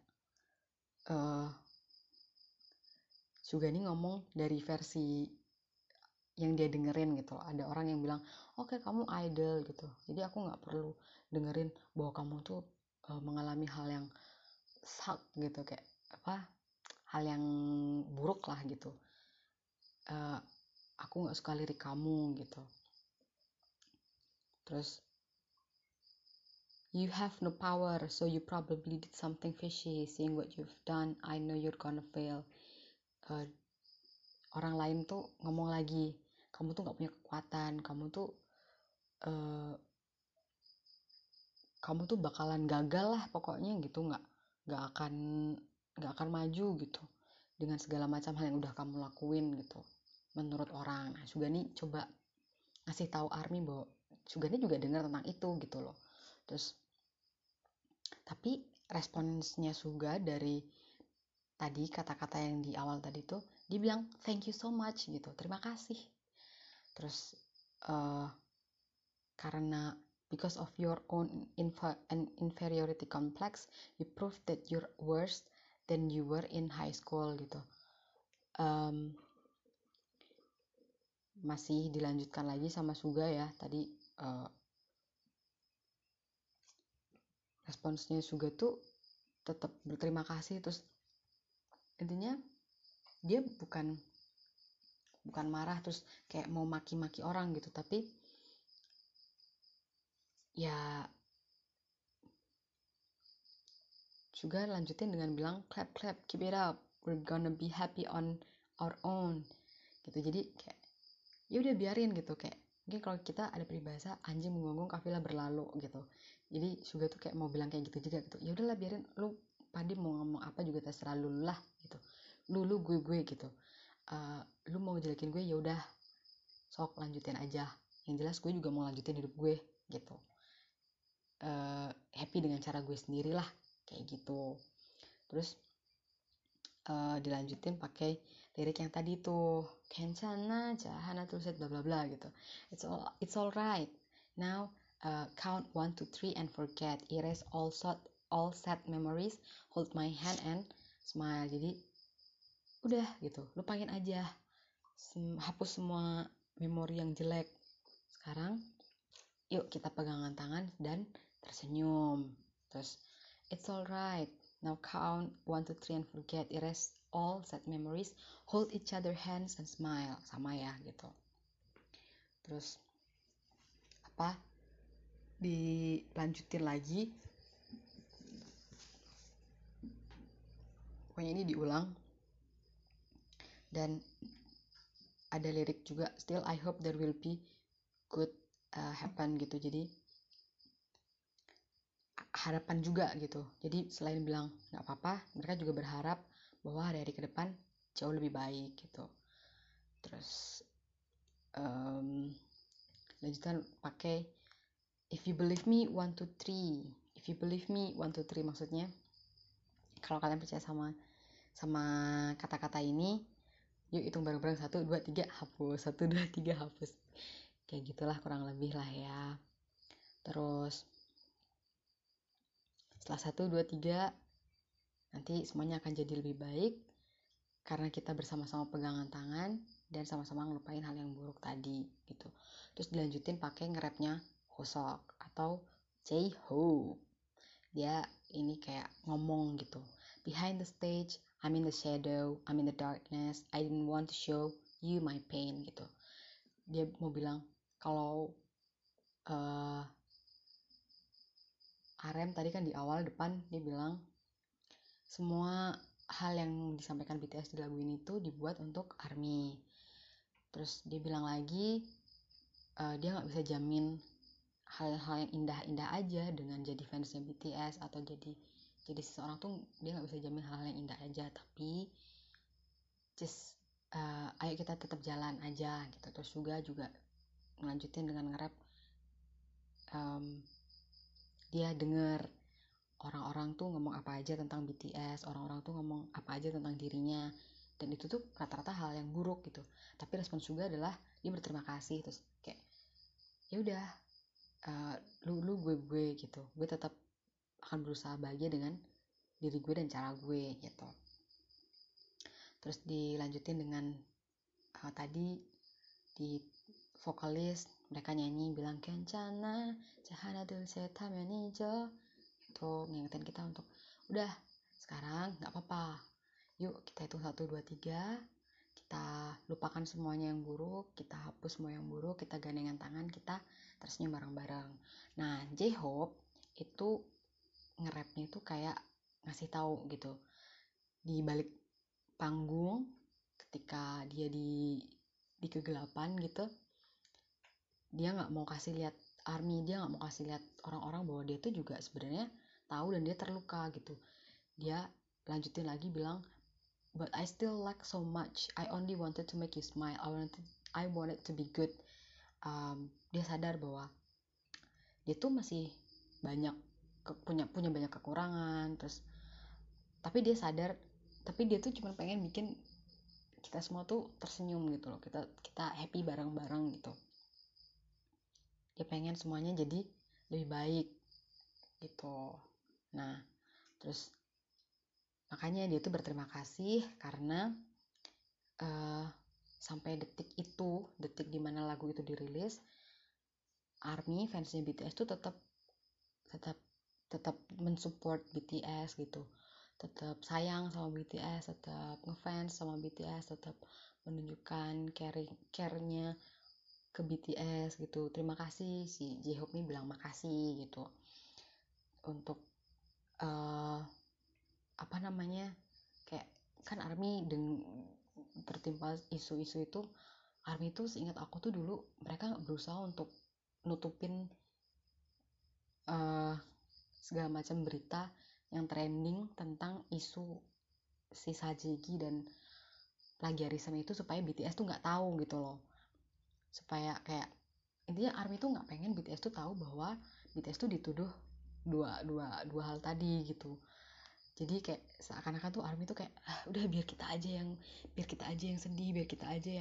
Speaker 1: Suga ini ngomong dari versi yang dia dengerin gitu. Ada orang yang bilang, oke, kamu idol gitu, jadi aku nggak perlu dengerin bahwa kamu tuh mengalami hal yang suck gitu, kayak apa, hal yang buruk lah gitu. Aku nggak suka lirik kamu gitu. Terus you have no power, so you probably did something fishy. Seeing what you've done, I know you're gonna fail. Orang lain tuh ngomong lagi, kamu tuh nggak punya kekuatan, kamu tuh bakalan gagal lah pokoknya gitu, nggak akan maju gitu dengan segala macam hal yang udah kamu lakuin gitu menurut orang. Nah, Sugani coba ngasih tahu ARMY bahwa Sugani juga dengar tentang itu gitu loh. Terus tapi responsnya Suga dari tadi kata-kata yang di awal tadi tuh, dia bilang thank you so much gitu, terima kasih. Terus karena because of your own inferiority complex, you prove that you're worse than you were in high school gitu. Masih dilanjutkan lagi sama Suga ya tadi, responsnya Suga tuh tetap berterima kasih. Terus intinya dia bukan bukan marah terus kayak mau maki-maki orang gitu, tapi ya juga lanjutin dengan bilang clap clap, keep it up, we're gonna be happy on our own gitu. Jadi kayak ya udah biarin gitu, kayak mungkin kalau kita ada peribahasa anjing menggonggong kafilah berlalu gitu. Jadi Suga tuh kayak mau bilang kayak gitu juga gitu. Ya udahlah biarin, lu Padi mau ngomong apa juga terserah lu lah gitu. Lu gue gitu. Lu mau ngejelekin gue ya udah sok lanjutin aja. Yang jelas gue juga mau lanjutin hidup gue gitu. Happy dengan cara gue sendiri lah kayak gitu. Terus dilanjutin pakai lirik yang tadi tuh, kencana jahana tulisan bla bla bla gitu. It's all right now, count 1 to 3 and forget, erase all sad memories, hold my hand and smile. Jadi udah gitu, lupain aja, hapus semua memori yang jelek. Sekarang yuk kita pegangan tangan dan tersenyum. Terus it's all right now, count 1 to 3 and forget, erase all sad memories, hold each other hands and smile. Sama ya gitu. Terus dilanjutin lagi, pokoknya ini diulang. Dan ada lirik juga, still I hope there will be good happen gitu. Jadi harapan juga gitu. Jadi selain bilang nggak apa-apa, mereka juga berharap bahwa hari-hari ke depan jauh lebih baik gitu. Terus lanjutan pakai if you believe me 1 to 3, if you believe me 1 to 3, maksudnya kalau kalian percaya sama kata-kata ini, yuk hitung bareng-bareng 1, 2, 3 hapus, 1, 2, 3 hapus, kayak gitulah kurang lebih lah ya. Terus setelah 1, 2, 3 nanti semuanya akan jadi lebih baik karena kita bersama-sama pegangan tangan dan sama-sama ngelupain hal yang buruk tadi gitu. Terus dilanjutin pakai nge-rapnya Hosok atau J-Hope. Dia ini kayak ngomong gitu, behind the stage, I'm in the shadow, I'm in the darkness, I didn't want to show you my pain gitu. Dia mau bilang kalau Arem tadi kan di awal depan dia bilang semua hal yang disampaikan BTS di lagu ini tuh dibuat untuk ARMY. Terus dia bilang lagi dia nggak bisa jamin hal-hal yang indah-indah aja dengan jadi fansnya BTS atau jadi seseorang tuh dia nggak bisa jamin hal-hal yang indah aja, tapi just ayo kita tetap jalan aja gitu. Terus juga ngelanjutin dengan nge-rap, dia denger orang-orang tuh ngomong apa aja tentang BTS, orang-orang tuh ngomong apa aja tentang dirinya, dan itu tuh rata-rata hal yang buruk gitu. Tapi respon Suga adalah dia berterima kasih, terus kayak ya udah, lu gue gitu, gue tetap akan berusaha bahagia dengan diri gue dan cara gue gitu. Terus dilanjutin dengan tadi di vokalis mereka nyanyi bilang kencana jahana dul setamen ijo, itu ngingetin kita untuk udah sekarang nggak apa-apa, yuk kita hitung 1, 2, 3, kita lupakan semuanya yang buruk, kita hapus semua yang buruk, kita gandengan tangan, kita tersenyum bareng-bareng. Nah J-Hope itu nge-rapnya itu kayak ngasih tahu gitu di balik panggung ketika dia di kegelapan gitu, dia nggak mau kasih lihat ARMY, dia nggak mau kasih lihat orang-orang bahwa dia tuh juga sebenarnya tahu dan dia terluka gitu. Dia lanjutin lagi bilang, but I still like so much, I only wanted to make you smile, I wanted to be good. Dia sadar bahwa dia tuh masih banyak punya banyak kekurangan, terus tapi dia sadar, tapi dia tuh cuma pengen bikin kita semua tuh tersenyum gitu loh, kita happy bareng-bareng gitu. Dia pengen semuanya jadi lebih baik gitu. Nah terus makanya dia tuh berterima kasih karena sampai detik dimana lagu itu dirilis, ARMY fansnya BTS tuh tetap mensupport BTS gitu. tetap sayang sama BTS, tetap ngefans sama BTS, tetap menunjukkan care-nya ke BTS gitu. Terima kasih, si J-Hope nih bilang makasih gitu untuk kayak kan ARMY tertimpa isu-isu itu. ARMY itu seingat aku tuh dulu mereka berusaha untuk nutupin segala macam berita yang trending tentang isu si Sajegi dan plagiarisme itu supaya BTS tuh nggak tahu gitu loh, supaya kayak intinya ARMY tuh nggak pengen BTS tuh tahu bahwa BTS tuh dituduh dua hal tadi gitu. Jadi kayak seakan-akan tuh ARMY tuh kayak udah biar kita aja yang sedih, biar kita aja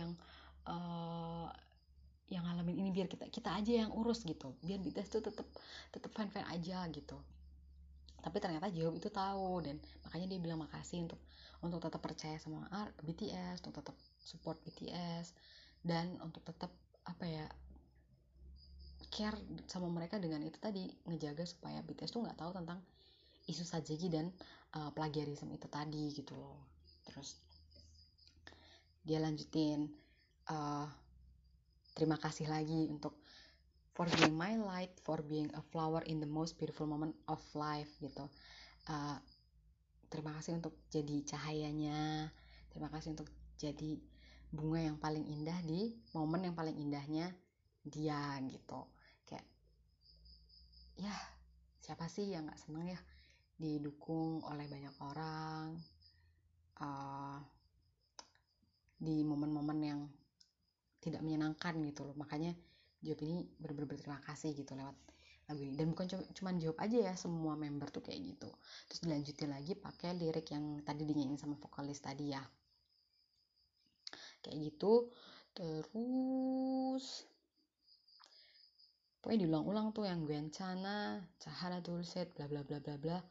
Speaker 1: yang ngalamin ini, biar kita aja yang urus gitu, biar BTS tuh tetap fan aja gitu. Tapi ternyata J-Hope itu tahu, dan makanya dia bilang makasih untuk tetap percaya sama BTS, untuk tetap support BTS, dan untuk tetap care sama mereka dengan itu tadi, ngejaga supaya BTS tuh nggak tahu tentang isu Sajegi dan plagiarisme itu tadi gitu loh. Terus dia lanjutin, terima kasih lagi untuk for being my light, for being a flower in the most beautiful moment of life gitu. Terima kasih untuk jadi cahayanya, terima kasih untuk jadi bunga yang paling indah di momen yang paling indahnya dia gitu. Kayak ya siapa sih yang nggak seneng ya didukung oleh banyak orang di momen-momen yang tidak menyenangkan gitu loh. Makanya J-Hope ini bener-bener berterima kasih gitu lewat lagu ini. Dan bukan cuman J-Hope aja ya, semua member tuh kayak gitu. Terus dilanjutin lagi pakai lirik yang tadi dinyanyiin sama vokalis tadi ya, kayak gitu. Terus pokoknya diulang-ulang tuh yang Gwencana, Cahara Dulcet, bla bla bla bla bla.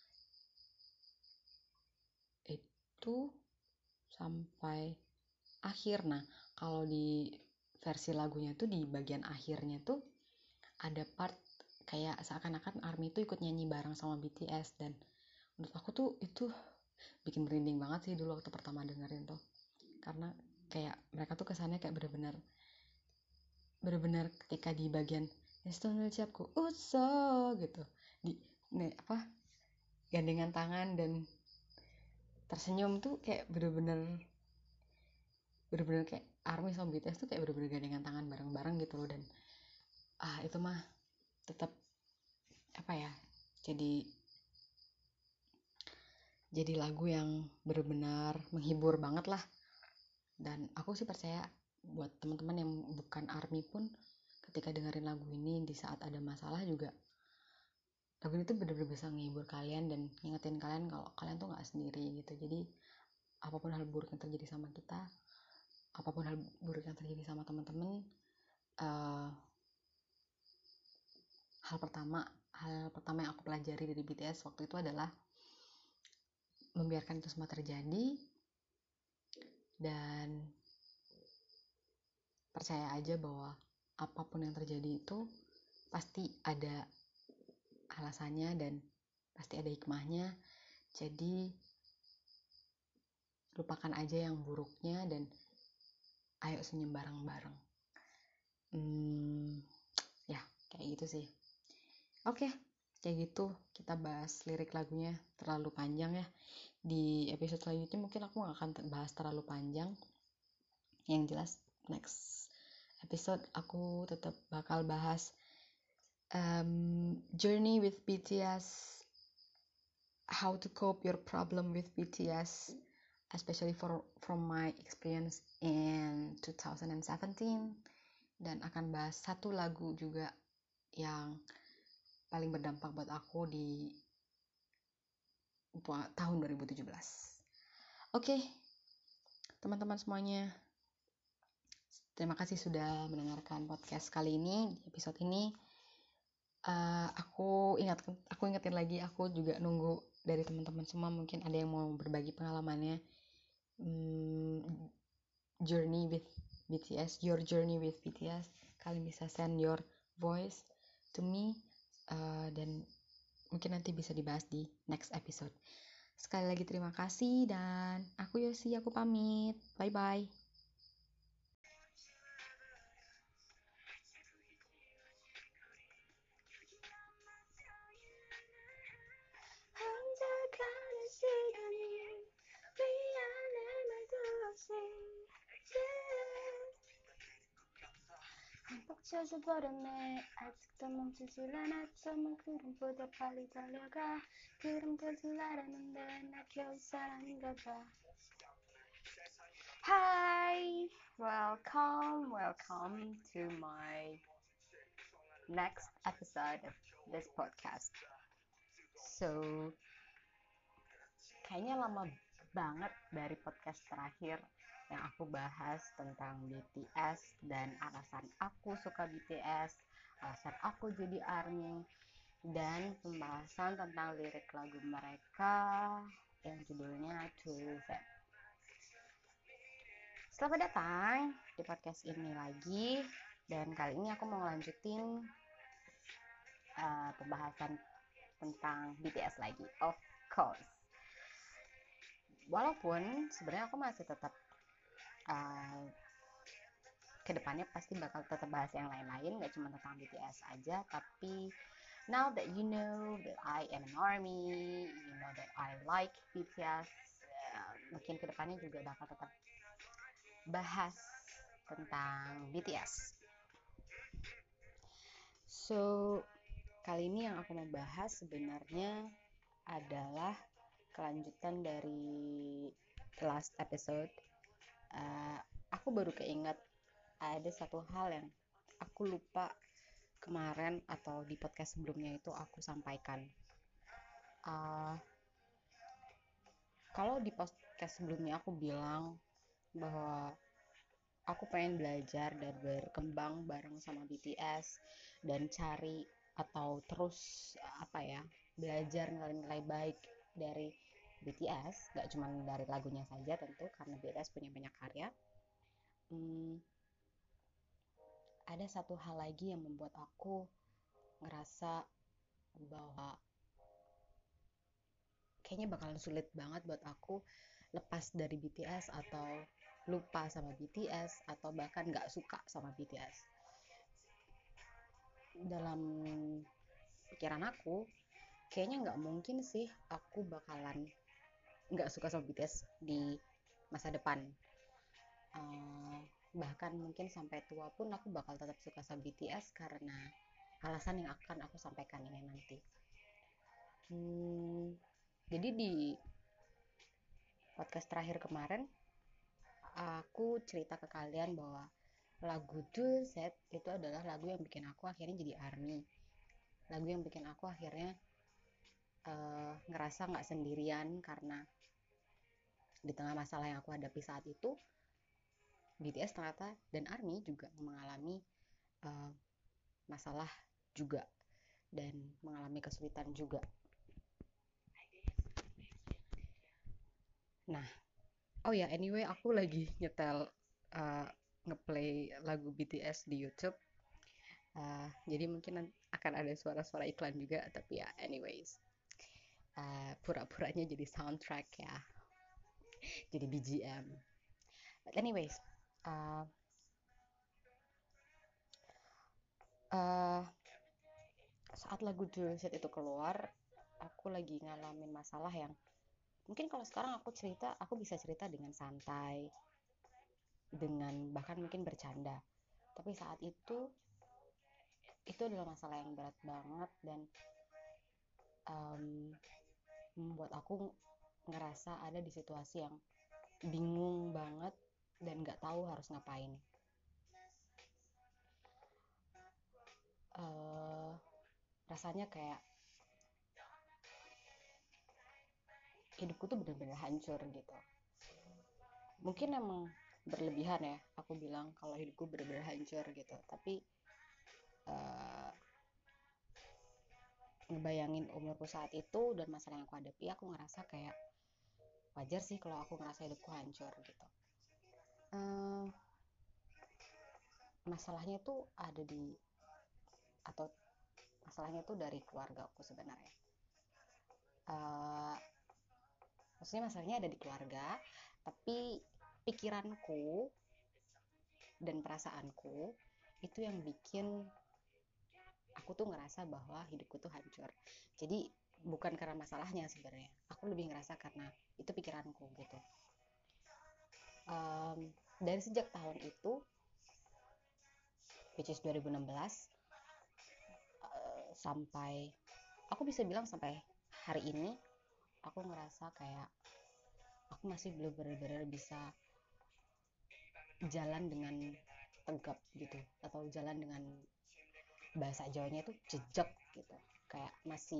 Speaker 1: Itu sampai akhir. Nah, kalau di versi lagunya tuh di bagian akhirnya tuh ada part kayak seakan-akan ARMY tuh ikut nyanyi bareng sama BTS, dan menurut aku tuh itu bikin merinding banget sih dulu waktu pertama dengerin tuh, karena kayak mereka tuh kesannya kayak bener-bener ketika di bagian Estonel siapku uso gitu di gandengan tangan dan tersenyum tuh kayak bener-bener kayak ARMY sama BTS tuh kayak bener-bener gandengan tangan bareng-bareng gitu loh. Dan itu mah tetap jadi lagu yang benar-benar menghibur banget lah. Dan aku sih percaya buat teman-teman yang bukan ARMY pun ketika dengerin lagu ini di saat ada masalah juga, lagu ini tuh benar-benar bisa menghibur kalian dan ngingetin kalian kalau kalian tuh nggak sendiri gitu. Jadi apapun hal buruk yang terjadi sama kita, apapun hal buruk yang terjadi sama teman-teman, hal pertama yang aku pelajari dari BTS waktu itu adalah membiarkan itu semua terjadi dan percaya aja bahwa apapun yang terjadi itu pasti ada alasannya dan pasti ada hikmahnya. Jadi lupakan aja yang buruknya dan ayo senyum bareng-bareng. Ya kayak gitu sih. Oke, kayak gitu kita bahas lirik lagunya terlalu panjang ya. Di episode selanjutnya mungkin aku gak akan bahas terlalu panjang. Yang jelas next episode aku tetap bakal bahas journey with BTS, how to cope your problem with BTS, especially from my experience in 2017, dan akan bahas satu lagu juga yang paling berdampak buat aku di tahun 2017. Oke, teman-teman semuanya, terima kasih sudah mendengarkan podcast kali ini. Di episode ini aku ingetin lagi, aku juga nunggu dari teman-teman semua, mungkin ada yang mau berbagi pengalamannya, journey with BTS, your journey with BTS. Kalian bisa send your voice to me, dan mungkin nanti bisa dibahas di next episode. Sekali lagi terima kasih dan aku Yosi, aku pamit. Bye-bye. 한폭 젖어버렸네. 아직도 멈추질 않았어. 구름보다 빨리 달려가. 구름 걷을 날았는데 나 겨우 사람인가 봐. Hi, welcome to my next episode of this podcast. So, kayaknya lama banget dari podcast terakhir yang aku bahas tentang BTS dan alasan aku suka BTS, alasan aku jadi ARMY, dan pembahasan tentang lirik lagu mereka yang judulnya True Set. Selamat datang di podcast ini lagi, dan kali ini aku mau ngelanjutin pembahasan tentang BTS lagi, of course. Walaupun sebenarnya aku masih tetap kedepannya pasti bakal tetap bahas yang lain-lain, gak cuma tentang BTS aja, tapi now that you know that I am an ARMY, you know that I like BTS, mungkin kedepannya juga bakal tetap bahas tentang BTS. So, kali ini yang aku mau bahas sebenarnya adalah kelanjutan dari last episode. Aku baru keinget ada satu hal yang aku lupa kemarin atau di podcast sebelumnya itu aku sampaikan. Kalau di podcast sebelumnya aku bilang bahwa aku pengen belajar dan berkembang bareng sama BTS dan cari atau terus belajar nilai-nilai baik dari BTS, gak cuma dari lagunya saja tentu, karena BTS punya banyak karya. Ada satu hal lagi yang membuat aku ngerasa bahwa kayaknya bakalan sulit banget buat aku lepas dari BTS atau lupa sama BTS atau bahkan gak suka sama BTS. Dalam pikiran aku, kayaknya gak mungkin sih aku bakalan gak suka sama BTS di masa depan. Bahkan mungkin sampai tua pun aku bakal tetap suka sama BTS karena alasan yang akan aku sampaikan ini nanti. Jadi di podcast terakhir kemarin aku cerita ke kalian bahwa lagu True Set itu adalah lagu yang bikin aku akhirnya jadi ARMY, lagu yang bikin aku akhirnya ngerasa gak sendirian karena di tengah masalah yang aku hadapi saat itu, BTS ternyata dan ARMY juga mengalami masalah juga dan mengalami kesulitan juga. Nah, anyway, aku lagi nyetel ngeplay lagu BTS di YouTube. Jadi mungkin akan ada suara-suara iklan juga, tapi ya anyways, pura-puranya jadi soundtrack ya, jadi BGM. But anyways, saat lagu True Set itu keluar, aku lagi ngalamin masalah yang mungkin kalau sekarang aku bisa cerita dengan santai, dengan bahkan mungkin bercanda. Tapi saat itu adalah masalah yang berat banget dan membuat aku ngerasa ada di situasi yang bingung banget dan gak tahu harus ngapain. Rasanya kayak hidupku tuh benar-benar hancur gitu. Mungkin emang berlebihan ya aku bilang kalau hidupku benar-benar hancur gitu, tapi ngebayangin umurku saat itu dan masalah yang aku hadapi, aku ngerasa kayak wajar sih kalau aku ngerasa hidupku hancur gitu. Masalahnya tuh masalahnya tuh dari keluarga aku sebenarnya. maksudnya masalahnya ada di keluarga, tapi pikiranku dan perasaanku itu yang bikin aku tuh ngerasa bahwa hidupku tuh hancur. Jadi bukan karena masalahnya sebenarnya, aku lebih ngerasa karena itu pikiranku gitu. Dari sejak tahun itu, which is 2016, sampai aku bisa bilang sampai hari ini, aku ngerasa kayak aku masih belum benar-benar bisa jalan dengan tegap gitu, atau jalan dengan bahasa Jawanya itu jejak gitu, kayak masih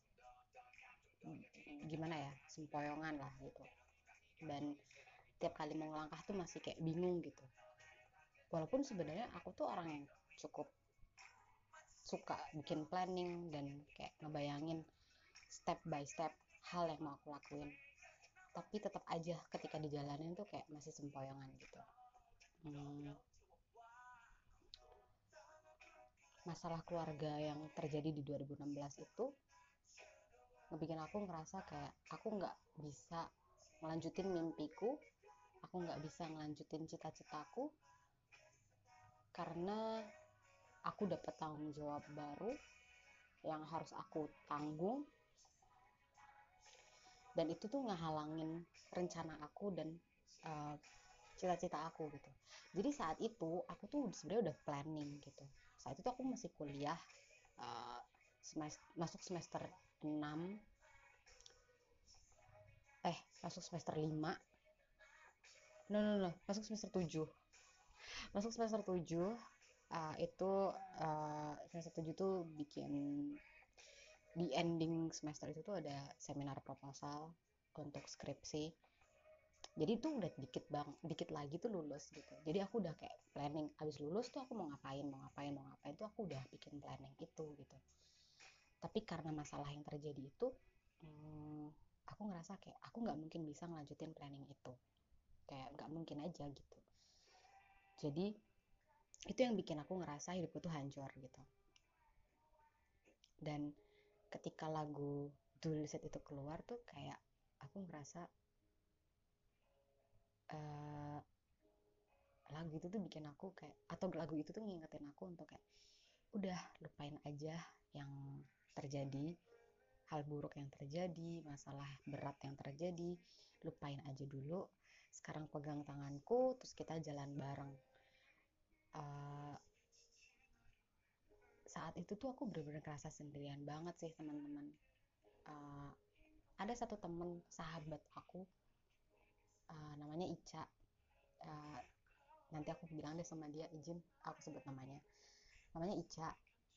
Speaker 1: gimana ya, sempoyongan lah gitu. Dan tiap kali mau ngelangkah tuh masih kayak bingung gitu, walaupun sebenarnya aku tuh orang yang cukup suka bikin planning dan kayak ngebayangin step by step hal yang mau aku lakuin, tapi tetap aja ketika dijalanin tuh kayak masih sempoyongan gitu. Masalah keluarga yang terjadi di 2016 itu ngebikin aku ngerasa kayak aku nggak bisa ngelanjutin mimpiku, aku nggak bisa ngelanjutin cita-citaku, karena aku dapat tanggung jawab baru yang harus aku tanggung, dan itu tuh ngehalangin rencana aku dan uh, cita-cita aku gitu. Jadi saat itu aku tuh sebenarnya udah planning gitu. Saat itu aku masih kuliah, uh, masuk semester 6, masuk semester 5, no, masuk semester 7, masuk semester 7. Itu semester 7 tuh bikin, di ending semester itu tuh ada seminar proposal untuk skripsi. Jadi itu udah dikit lagi tuh lulus gitu. Jadi aku udah kayak planning abis lulus tuh aku mau ngapain tuh aku udah bikin planning itu gitu. Tapi karena masalah yang terjadi itu, aku ngerasa kayak aku nggak mungkin bisa ngelanjutin planning itu, kayak nggak mungkin aja gitu. Jadi itu yang bikin aku ngerasa hidupku tuh hancur gitu. Dan ketika lagu Dulu Set itu keluar tuh kayak aku ngerasa lagu itu tuh bikin aku kayak, atau lagu itu tuh ngingetin aku untuk kayak udah lupain aja yang terjadi, hal buruk yang terjadi, masalah berat yang terjadi, lupain aja dulu. Sekarang pegang tanganku, terus kita jalan bareng. Saat itu tuh aku bener-bener ngerasa sendirian banget sih teman-teman. Ada satu temen sahabat aku, namanya Ica. Uh, Nanti aku bilang deh sama dia, izin aku sebut namanya Ica.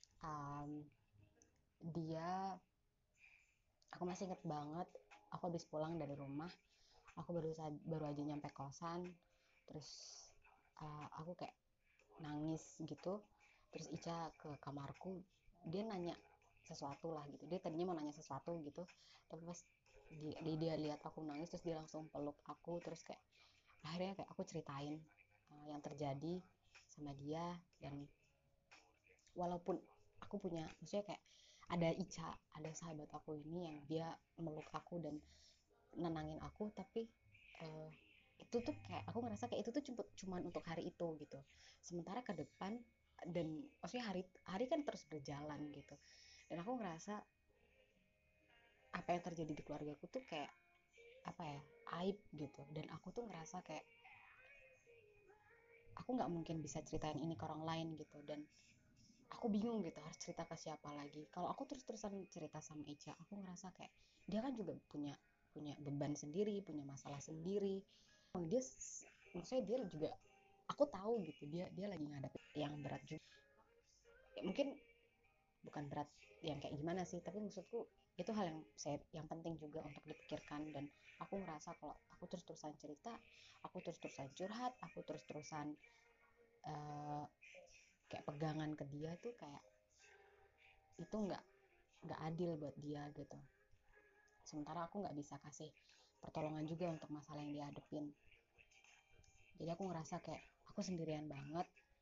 Speaker 1: Dia, aku masih inget banget, aku habis pulang dari rumah, aku baru aja nyampe kosan, terus aku kayak nangis gitu. Terus Ica ke kamarku, dia nanya sesuatu lah gitu, dia tadinya mau nanya sesuatu gitu, tapi pas dia lihat aku nangis, terus dia langsung peluk aku, terus kayak akhirnya kayak aku ceritain yang terjadi sama dia. Dan walaupun aku punya, maksudnya kayak ada Ica, ada sahabat aku ini yang dia meluk aku dan nenangin aku, tapi itu tuh kayak aku ngerasa kayak itu tuh cuman untuk hari itu gitu. Sementara ke depan, dan maksudnya hari hari kan terus berjalan gitu, dan aku ngerasa apa yang terjadi di keluargaku tuh kayak apa ya, aib gitu. Dan aku tuh ngerasa kayak aku nggak mungkin bisa ceritain ini ke orang lain gitu, dan aku bingung gitu harus cerita ke siapa lagi. Kalau aku terus-terusan cerita sama Ica, aku ngerasa kayak dia kan juga punya punya beban sendiri, punya masalah sendiri. Dia, maksudnya dia juga, aku tahu gitu, dia lagi ngadepin yang berat juga. Ya, mungkin bukan berat yang kayak gimana sih, tapi maksudku itu hal yang penting juga untuk dipikirkan. Dan aku ngerasa kalau aku terus-terusan cerita, aku terus-terusan curhat, aku terus-terusan kayak pegangan ke dia tuh kayak itu nggak adil buat dia gitu. Sementara aku nggak bisa kasih pertolongan juga untuk masalah yang dia hadepin. Jadi aku ngerasa kayak aku sendirian banget.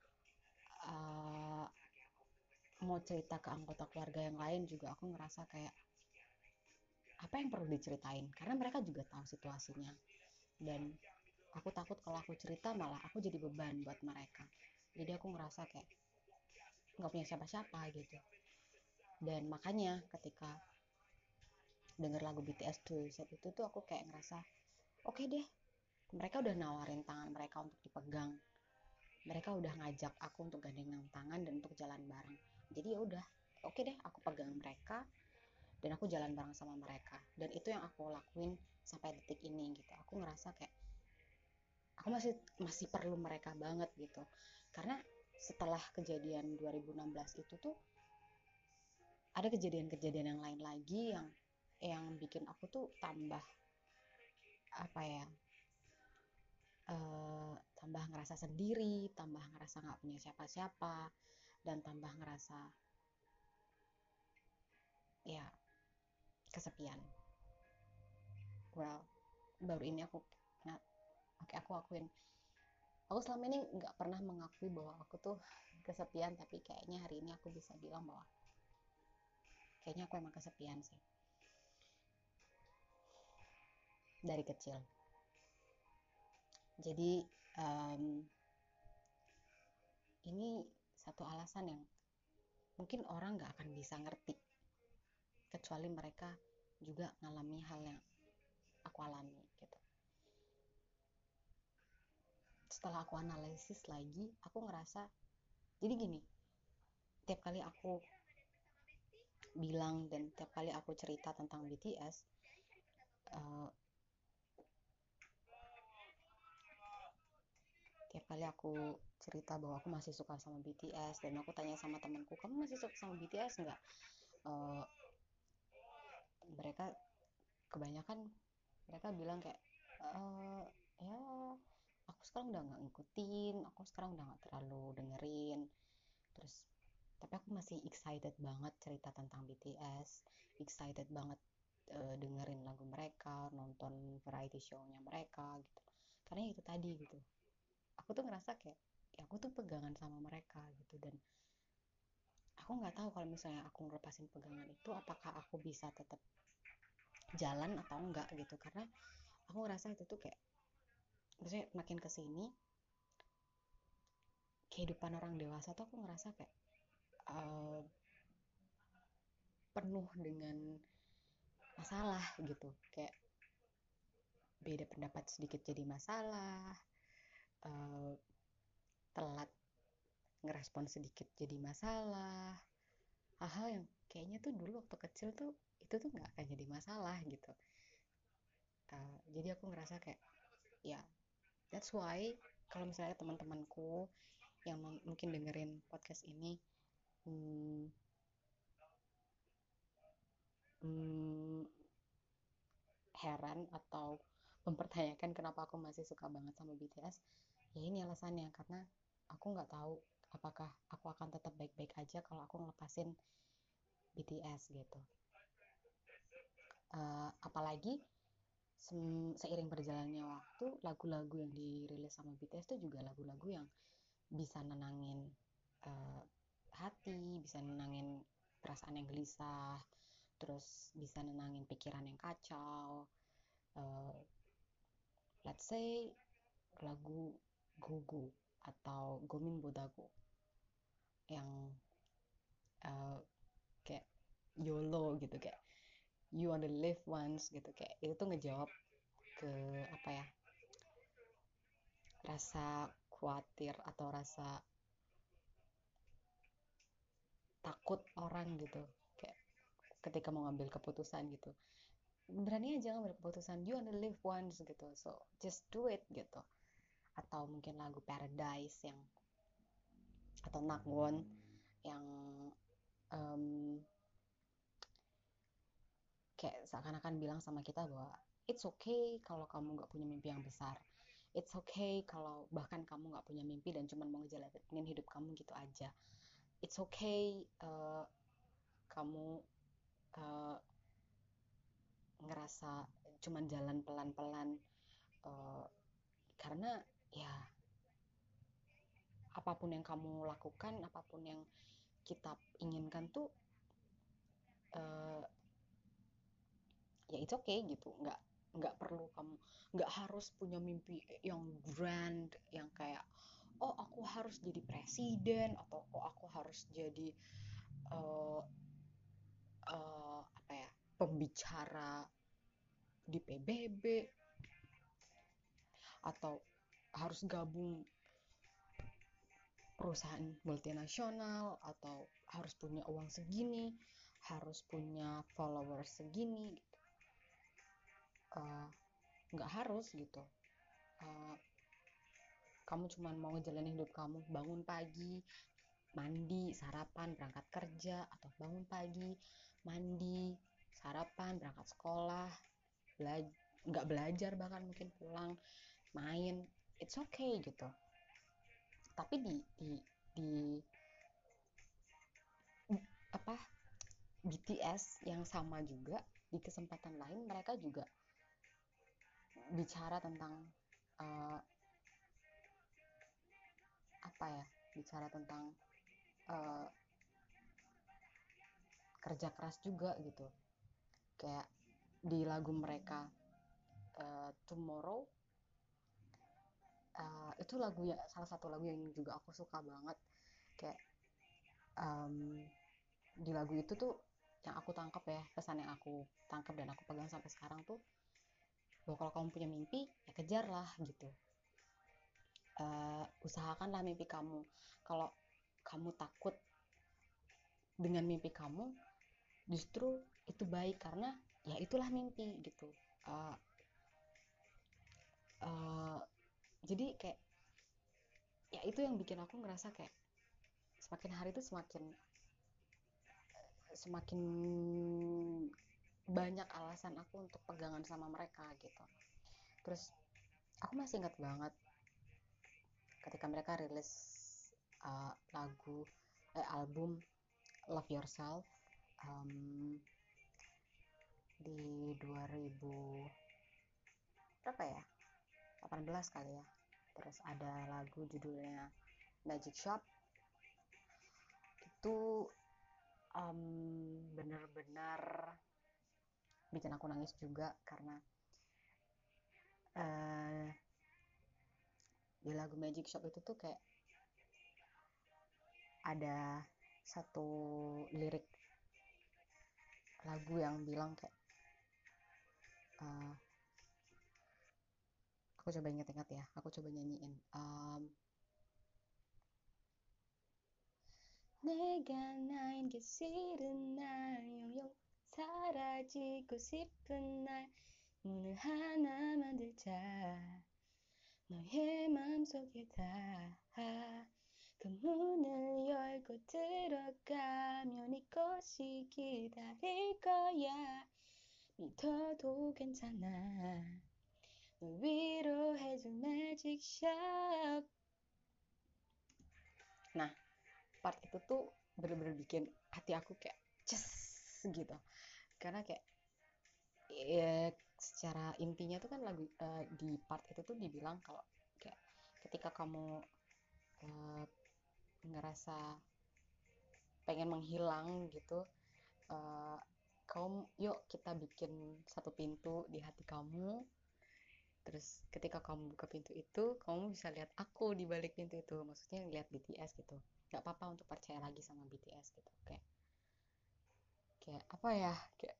Speaker 1: uh, Mau cerita ke anggota keluarga yang lain juga aku ngerasa kayak apa yang perlu diceritain, karena mereka juga tahu situasinya. Dan aku takut kalau aku cerita malah aku jadi beban buat mereka, jadi aku ngerasa kayak nggak punya siapa-siapa gitu. Dan makanya ketika denger lagu BTS tuh saat itu tuh aku kayak ngerasa oke deh, mereka udah nawarin tangan mereka untuk dipegang, mereka udah ngajak aku untuk gandengan tangan dan untuk jalan bareng. Jadi ya udah, oke deh, aku pegang mereka dan aku jalan bareng sama mereka. Dan itu yang aku lakuin sampai detik ini gitu. Aku ngerasa kayak aku masih perlu mereka banget gitu. Karena setelah kejadian 2016 itu tuh ada kejadian-kejadian yang lain lagi yang bikin aku tuh tambah apa ya, tambah ngerasa sendiri, tambah ngerasa nggak punya siapa-siapa, dan tambah ngerasa ya kesepian. Well, baru ini nah, aku akuin, aku selama ini nggak pernah mengakui bahwa aku tuh kesepian, tapi kayaknya hari ini aku bisa bilang bahwa kayaknya aku emang kesepian sih dari kecil. Jadi ini satu alasan yang mungkin orang nggak akan bisa ngerti kecuali mereka juga ngalami hal yang aku alami gitu. Setelah aku analisis lagi, aku ngerasa jadi gini, tiap kali aku bilang dan tiap kali aku cerita tentang BTS, uh, tiap kali aku cerita bahwa aku masih suka sama BTS dan aku tanya sama temanku, kamu masih suka sama BTS nggak? Uh, mereka kebanyakan mereka bilang kayak ya aku sekarang udah nggak ngikutin, aku sekarang udah nggak terlalu dengerin. Terus tapi aku masih excited banget cerita tentang BTS, excited banget dengerin lagu mereka, nonton variety show-nya mereka gitu. Karena itu tadi gitu, aku tuh ngerasa kayak ya aku tuh pegangan sama mereka gitu. Dan aku nggak tahu kalau misalnya aku ngelepasin pegangan itu apakah aku bisa tetap jalan atau enggak gitu. Karena aku ngerasa itu tuh kayak maksudnya makin kesini kehidupan orang dewasa tuh aku ngerasa kayak uh, penuh dengan masalah gitu. Kayak beda pendapat sedikit jadi masalah, uh, telat ngerespon sedikit jadi masalah, hal-hal yang kayaknya tuh dulu waktu kecil tuh itu tuh nggak akan jadi masalah gitu. Jadi aku ngerasa kayak ya that's why kalau misalnya teman-temanku yang mungkin dengerin podcast ini hmm, hmm, heran atau mempertanyakan kenapa aku masih suka banget sama BTS, ya ini alasannya. Karena aku nggak tahu apakah aku akan tetap baik-baik aja kalau aku ngelepasin BTS gitu. Apalagi seiring berjalannya waktu, lagu-lagu yang dirilis sama BTS itu juga lagu-lagu yang bisa nenangin uh, hati, bisa nenangin perasaan yang gelisah, terus bisa nenangin pikiran yang kacau. uh, let's say lagu Gogo atau Gomin Bodago yang uh, kayak YOLO gitu, kayak you wanna live once gitu, kayak itu tuh ngejawab ke apa ya, rasa khawatir atau rasa takut orang gitu. Kayak ketika mau ngambil keputusan gitu, berani aja ngambil keputusan, you wanna live once gitu, so just do it gitu. Atau mungkin lagu Paradise yang atau Nakwon yang um, kayak seakan-akan bilang sama kita bahwa it's okay kalau kamu nggak punya mimpi yang besar, it's okay kalau bahkan kamu nggak punya mimpi dan cuma mau ngejalanin hidup kamu gitu aja, it's okay kamu uh, ngerasa cuman jalan pelan-pelan, uh, karena ya apapun yang kamu lakukan, apapun yang kita inginkan tuh uh, ya it's okay gitu, nggak perlu kamu, nggak harus punya mimpi yang grand yang kayak oh aku harus jadi presiden atau oh aku harus jadi uh, apa ya, pembicara di PBB atau harus gabung perusahaan multinasional atau harus punya uang segini, harus punya followers segini gitu. Nggak harus gitu. Kamu cuma mau ngejalanin hidup kamu, bangun pagi, mandi, sarapan, berangkat kerja, atau bangun pagi, mandi, sarapan, berangkat sekolah, nggak belajar, bahkan mungkin pulang main, it's okay gitu. Tapi di apa, BTS yang sama juga di kesempatan lain mereka juga bicara tentang uh, apa ya, bicara tentang uh, kerja keras juga gitu. Kayak di lagu mereka Tomorrow, itu lagu ya, salah satu lagu yang juga aku suka banget. Kayak di lagu itu tuh yang aku tangkap ya, pesan yang aku tangkap dan aku pegang sampai sekarang tuh, bahwa kalau kamu punya mimpi ya kejarlah gitu. Usahakanlah mimpi kamu. Kalau kamu takut dengan mimpi kamu, justru itu baik karena ya itulah mimpi gitu. uh, uh, jadi kayak ya itu yang bikin aku ngerasa kayak semakin hari itu semakin semakin banyak alasan aku untuk pegangan sama mereka gitu. Terus aku masih ingat banget ketika mereka rilis album Love Yourself di 2000 berapa ya, 18 kali ya. Terus ada lagu judulnya Magic Shop, itu benar-benar bikin aku nangis juga karena di lagu Magic Shop itu tuh kayak ada satu lirik lagu yang bilang kayak aku coba ingat-ingat ya, aku coba nyanyiin. 내가 나인 게 싫은 날 영영 사라지고 싶은 날 문을 하나 만들자 너의 맘속에 다 그 문을 열고 들어가면 이곳이 기다릴 거야 믿어도 괜찮아 널 위로해줄 magic shop. Nah, part itu tuh bener-bener bikin hati aku kayak ces gitu, karena kayak ya, secara intinya tuh kan lagu di part itu tuh dibilang kalau kayak ketika kamu ngerasa pengen menghilang gitu, kamu yuk kita bikin satu pintu di hati kamu, terus ketika kamu buka pintu itu kamu bisa lihat aku di balik pintu itu, maksudnya lihat BTS gitu. Gak apa-apa untuk percaya lagi sama BTS gitu. Kayak apa ya, kayak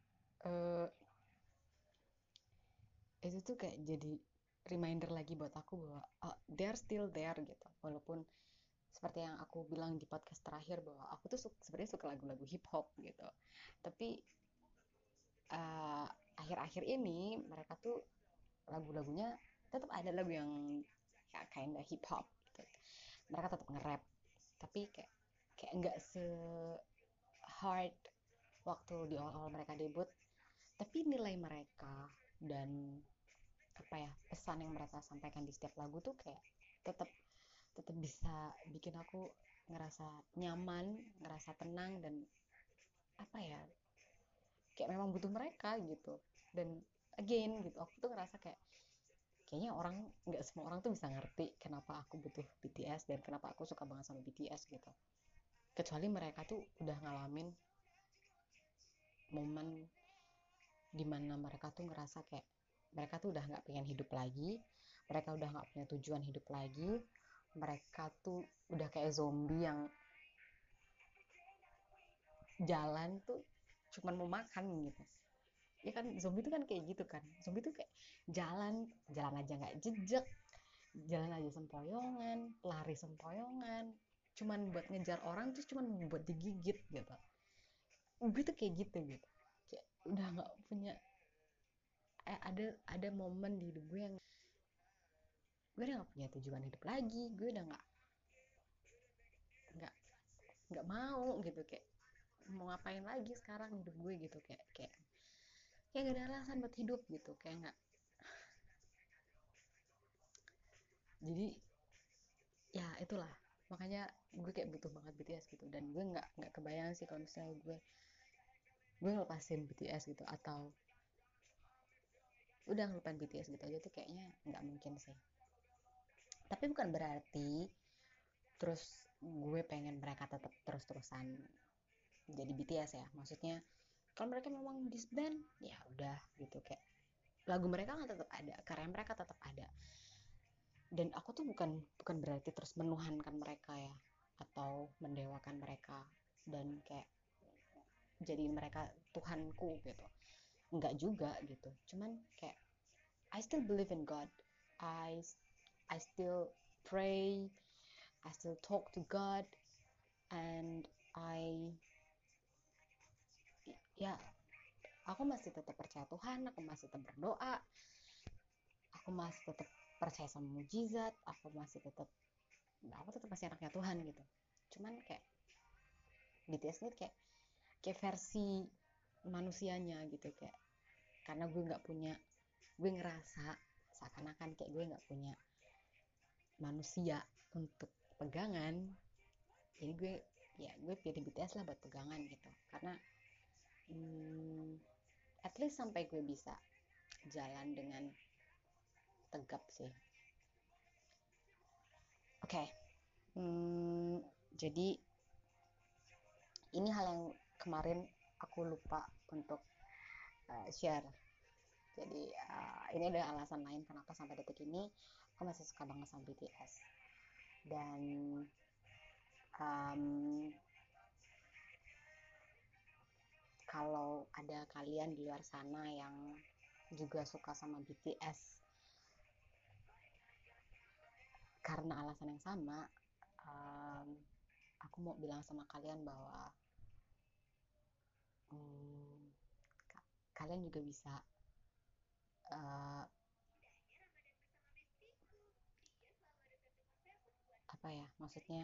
Speaker 1: itu tuh kayak jadi reminder lagi buat aku bahwa they're still there gitu, walaupun seperti yang aku bilang di podcast terakhir bahwa aku tuh sebenarnya suka lagu-lagu hip hop gitu, tapi akhir-akhir ini mereka tuh lagu-lagunya tetap ada lagu yang ya kinda hip hop gitu, mereka tetap nge-rap tapi kayak nggak se hard waktu di awal-awal mereka debut, tapi nilai mereka dan apa ya, pesan yang mereka sampaikan di setiap lagu tuh kayak tetap tetap bisa bikin aku ngerasa nyaman, ngerasa tenang, dan apa ya, kayak memang butuh mereka gitu. Dan again gitu, aku tuh ngerasa kayak kayaknya nggak semua orang tuh bisa ngerti kenapa aku butuh BTS dan kenapa aku suka banget sama BTS gitu, kecuali mereka tuh udah ngalamin momen dimana mereka tuh ngerasa kayak mereka tuh udah nggak pengen hidup lagi, mereka udah nggak punya tujuan hidup lagi, mereka tuh udah kayak zombie yang jalan tuh cuman mau makan gitu. Ya kan, zombie tuh kan kayak gitu kan, zombie tuh kayak jalan jalan aja nggak jejak, jalan aja sempoyongan, lari sempoyongan, cuman buat ngejar orang, terus cuman buat digigit gitu. Gue tuh kayak gitu gitu, kayak udah nggak punya ada momen di hidup gue yang gue udah nggak punya tujuan hidup lagi, gue udah nggak nggak mau gitu, kayak mau ngapain lagi sekarang hidup gue gitu, kayak gak ada alasan buat hidup gitu, kayak nggak. Jadi ya itulah, makanya gue kayak butuh banget BTS gitu, dan gue nggak kebayang sih kalau misalnya gue ngelepasin BTS gitu, atau udah ngelupain BTS gitu aja tuh kayaknya nggak mungkin sih. Tapi bukan berarti terus gue pengen mereka tetap terus-terusan jadi BTS ya, maksudnya kalau mereka memang disband ya udah gitu, kayak lagu mereka kan tetap ada, karya mereka tetap ada, dan aku tuh bukan berarti terus menuhankan mereka ya, atau mendewakan mereka dan kayak jadiin mereka Tuhanku gitu, enggak juga gitu, cuman kayak I still believe in God, I I still pray, I still talk to God, and ya aku masih tetap percaya Tuhan, aku masih tetap berdoa, aku masih tetap percaya sama mujizat, aku tetap masih anaknya Tuhan gitu. Cuman kayak BTS ini kayak versi manusianya gitu, kayak karena gue ngerasa seakan-akan kayak gue nggak punya manusia untuk pegangan, jadi gue pilih BTS lah buat pegangan gitu, karena at least sampai gue bisa jalan dengan tegap sih. Oke. Jadi ini hal yang kemarin aku lupa untuk share. Jadi ini ada alasan lain kenapa sampai detik ini aku masih suka banget sama BTS. Dan kalau ada kalian di luar sana yang juga suka sama BTS karena alasan yang sama, aku mau bilang sama kalian bahwa kalian juga bisa apa ya, maksudnya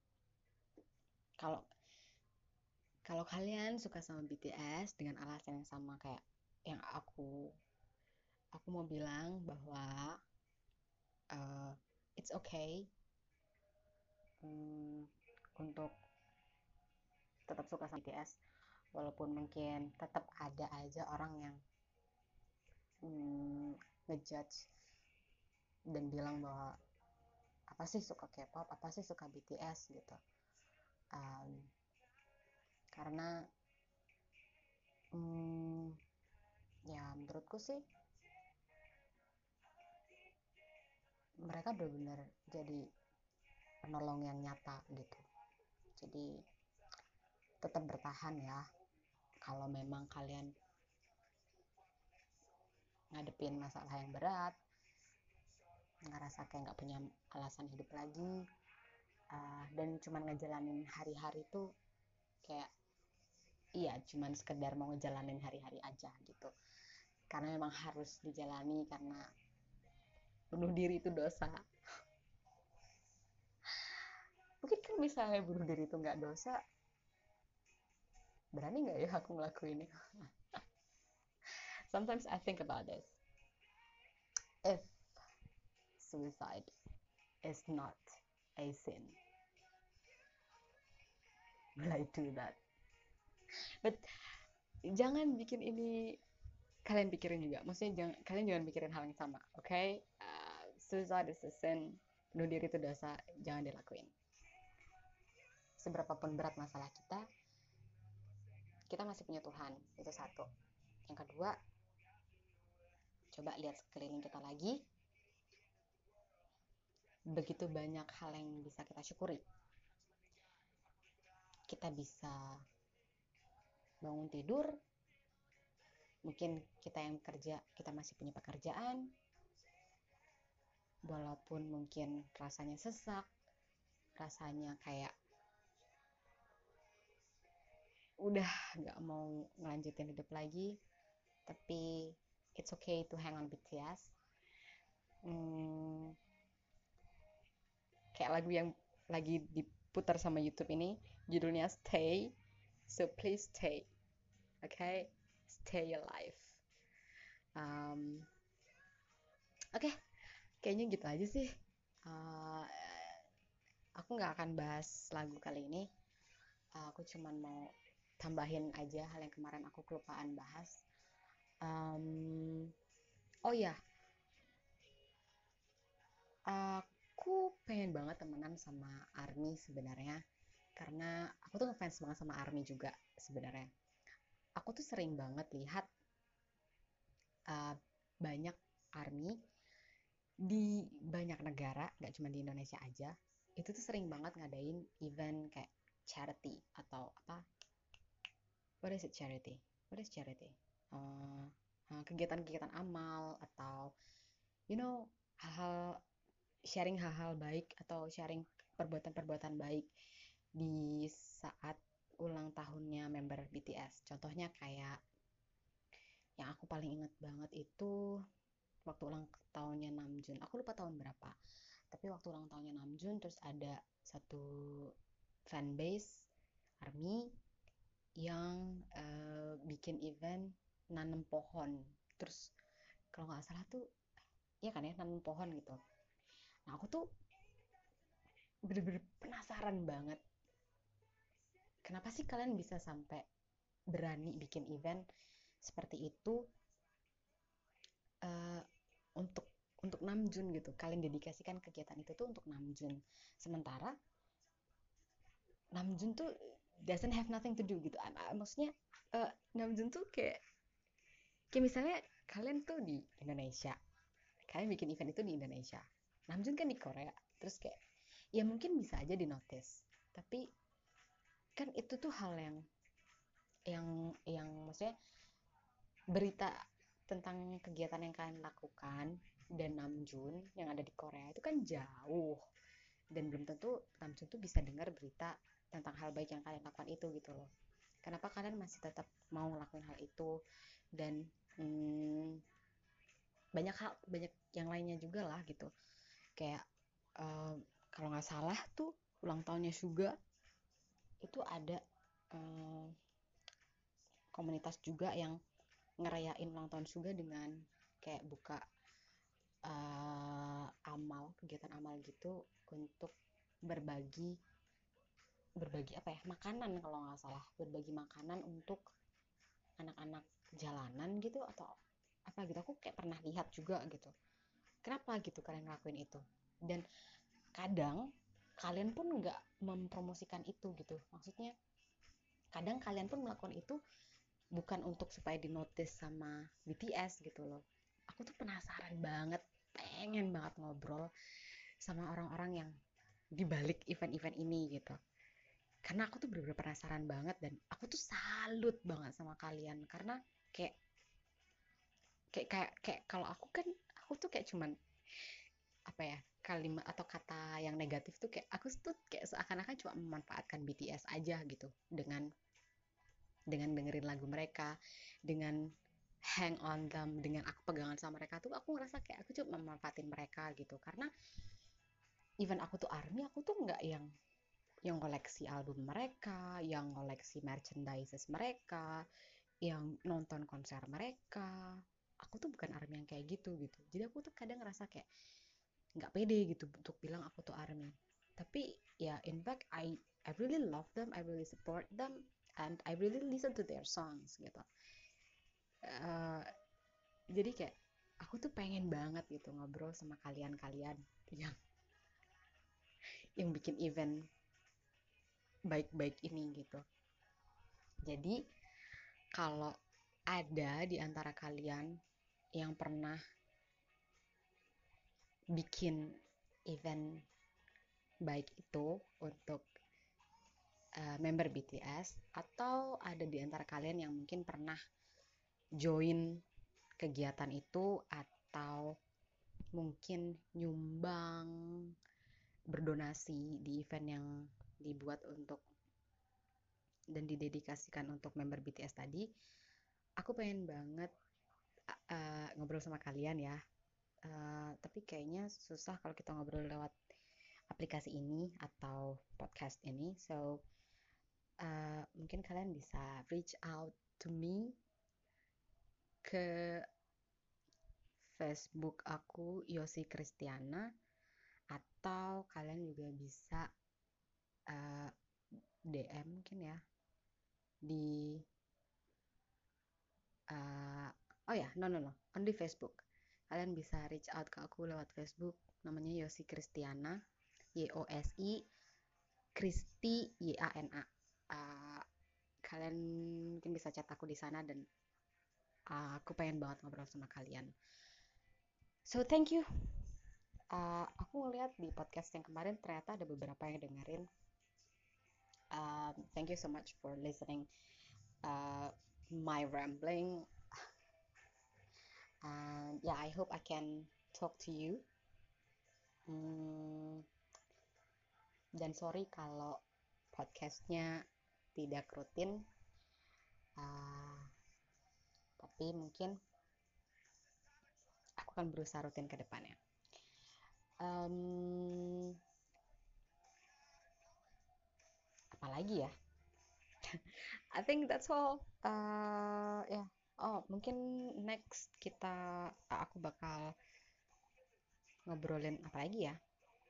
Speaker 1: kalau kalian suka sama BTS dengan alasan yang sama kayak yang aku mau bilang bahwa it's okay untuk tetap suka sama BTS, walaupun mungkin tetap ada aja orang yang ngejudge dan bilang bahwa apa sih suka K-pop, apa sih suka BTS gitu. Karena ya menurutku sih mereka benar-benar jadi penolong yang nyata gitu. Jadi tetap bertahan ya, kalau memang kalian ngadepin masalah yang berat, ngerasa kayak nggak punya alasan hidup lagi, dan cuman ngejalanin hari-hari tuh kayak iya cuman sekedar mau ngejalanin hari-hari aja gitu, karena memang harus dijalani karena bunuh diri itu dosa. Mungkin kan misalnya bunuh diri itu nggak dosa, berani nggak ya aku ngelakuin ini? Sometimes I think about this. If suicide is not a sin, will I do that? But jangan bikin ini kalian pikirin juga, maksudnya kalian jangan pikirin hal yang sama, oke? Okay? Suicide is a sin, bunuh diri itu dosa, jangan dilakuin. Seberapapun berat masalah kita masih punya Tuhan, itu satu. Yang kedua, Coba lihat sekeliling kita lagi, begitu banyak hal yang bisa kita syukuri. Kita bisa bangun tidur, mungkin kita yang kerja, kita masih punya pekerjaan, walaupun mungkin rasanya sesak, rasanya kayak udah gak mau ngelanjutin hidup lagi, tapi it's okay to hang on BTS. Kayak lagu yang lagi diputar sama YouTube ini, judulnya Stay, so please stay, okay, stay alive. Oke, kayaknya gitu aja sih. Uh, aku nggak akan bahas lagu kali ini. Aku cuman mau tambahin aja hal yang kemarin aku kelupaan bahas. Oh ya, aku pengen banget temenan sama ARMY sebenarnya, karena aku tuh ngefans banget sama ARMY juga sebenarnya. Aku tuh sering banget lihat banyak ARMY di banyak negara, gak cuma di Indonesia aja. Itu tuh sering banget ngadain event kayak charity atau apa? What is it charity? What is charity? Kegiatan-kegiatan amal atau hal-hal, sharing hal-hal baik atau sharing perbuatan-perbuatan baik di saat ulang tahunnya member BTS. Contohnya kayak yang aku paling inget banget itu waktu ulang tahunnya Namjoon. Aku lupa tahun berapa. Tapi waktu ulang tahunnya Namjoon, terus ada satu fanbase ARMY yang bikin event nanam pohon. Terus kalau nggak salah tuh, ya kan ya, nanam pohon gitu. Nah aku tuh bener-bener penasaran banget. Kenapa sih kalian bisa sampai berani bikin event seperti itu untuk Namjoon gitu. Kalian dedikasikan kegiatan itu tuh untuk Namjoon. Sementara Namjoon tuh doesn't have nothing to do gitu. Maksudnya Namjoon tuh kayak misalnya kalian tuh di Indonesia, kalian bikin event itu di Indonesia, Namjoon kan di Korea, terus kayak ya mungkin bisa aja di notice, tapi kan itu tuh hal yang maksudnya berita tentang kegiatan yang kalian lakukan dan Namjoon yang ada di Korea itu kan jauh, dan belum tentu Namjoon tuh bisa dengar berita tentang hal baik yang kalian lakukan itu gitu loh. Kenapa kalian masih tetap mau ngelakuin hal itu? Dan banyak yang lainnya juga lah gitu. Kayak kalau nggak salah tuh ulang tahunnya Suga itu ada komunitas juga yang ngerayain ulang tahun Suga dengan kayak buka kegiatan amal gitu untuk berbagi apa ya, makanan kalau nggak salah, berbagi makanan untuk anak-anak jalanan gitu atau apa gitu. Aku kayak pernah lihat juga gitu. Kenapa gitu kalian ngelakuin itu? Dan kadang kalian pun nggak mempromosikan itu gitu. Maksudnya kadang kalian pun melakukan itu bukan untuk supaya di notice sama BTS gitu loh. Aku tuh penasaran banget, pengen banget ngobrol sama orang-orang yang dibalik event-event ini gitu. Karena aku tuh bener-bener penasaran banget, dan aku tuh salut banget sama kalian karena kayak kalau aku kan, aku tuh kayak cuman apa ya, kalimat atau kata yang negatif tuh kayak aku tuh kayak seakan-akan cuma memanfaatkan BTS aja gitu dengan dengerin lagu mereka, dengan hang on them, dengan aku pegangan sama mereka tuh aku ngerasa kayak aku cuma memanfaatin mereka gitu. Karena even aku tuh ARMY, aku tuh nggak yang koleksi album mereka, yang koleksi merchandise mereka, yang nonton konser mereka. Aku tuh bukan ARMY yang kayak gitu. Jadi aku tuh kadang ngerasa kayak nggak pede gitu untuk bilang aku tuh ARMY. Tapi ya in fact I really love them, I really support them, and I really listen to their songs gitu. Jadi kayak aku tuh pengen banget gitu ngobrol sama kalian-kalian yang bikin event baik-baik ini gitu. Jadi kalau ada di antara kalian yang pernah bikin event baik itu untuk member BTS, atau ada di antara kalian yang mungkin pernah join kegiatan itu, atau mungkin nyumbang, berdonasi di event yang dibuat untuk dan didedikasikan untuk member BTS tadi. Aku pengen banget ngobrol sama kalian ya. Tapi kayaknya susah kalau kita ngobrol lewat aplikasi ini atau podcast ini. So mungkin kalian bisa reach out to me ke Facebook aku Yosi Kristiana, atau kalian juga bisa DM mungkin ya di oh ya, no, on di Facebook. Kalian bisa reach out ke aku lewat Facebook, namanya Yosi Kristiana, YOSI Kristi YANA. Kalian mungkin bisa chat aku di sana, dan aku pengen banget ngobrol sama kalian. So thank you. Aku ngeliat di podcast yang kemarin ternyata ada beberapa yang dengerin. Thank you so much for listening my rambling. And yeah, I hope I can talk to you. Dan sorry kalau podcastnya tidak rutin, tapi mungkin aku akan berusaha rutin ke depannya. Apalagi ya? I think that's all. Yeah. Oh, mungkin next aku bakal ngobrolin apa lagi ya?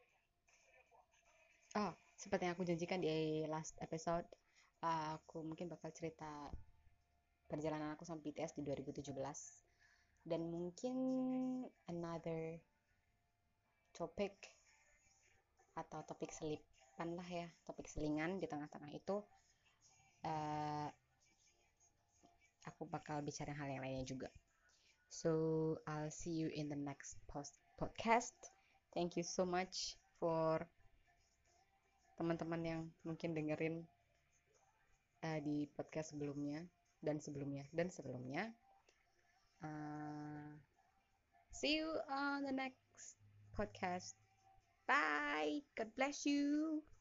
Speaker 1: Oh, seperti yang aku janjikan di last episode, aku mungkin bakal cerita perjalanan aku sama BTS di 2017, dan mungkin another topik atau topik selipan lah ya, topik selingan di tengah-tengah itu, aku bakal bicara hal yang lainnya juga. So I'll see you in the next podcast. Thank you so much for teman-teman yang mungkin dengerin di podcast sebelumnya dan sebelumnya. See you on the next podcast. Bye. God bless you.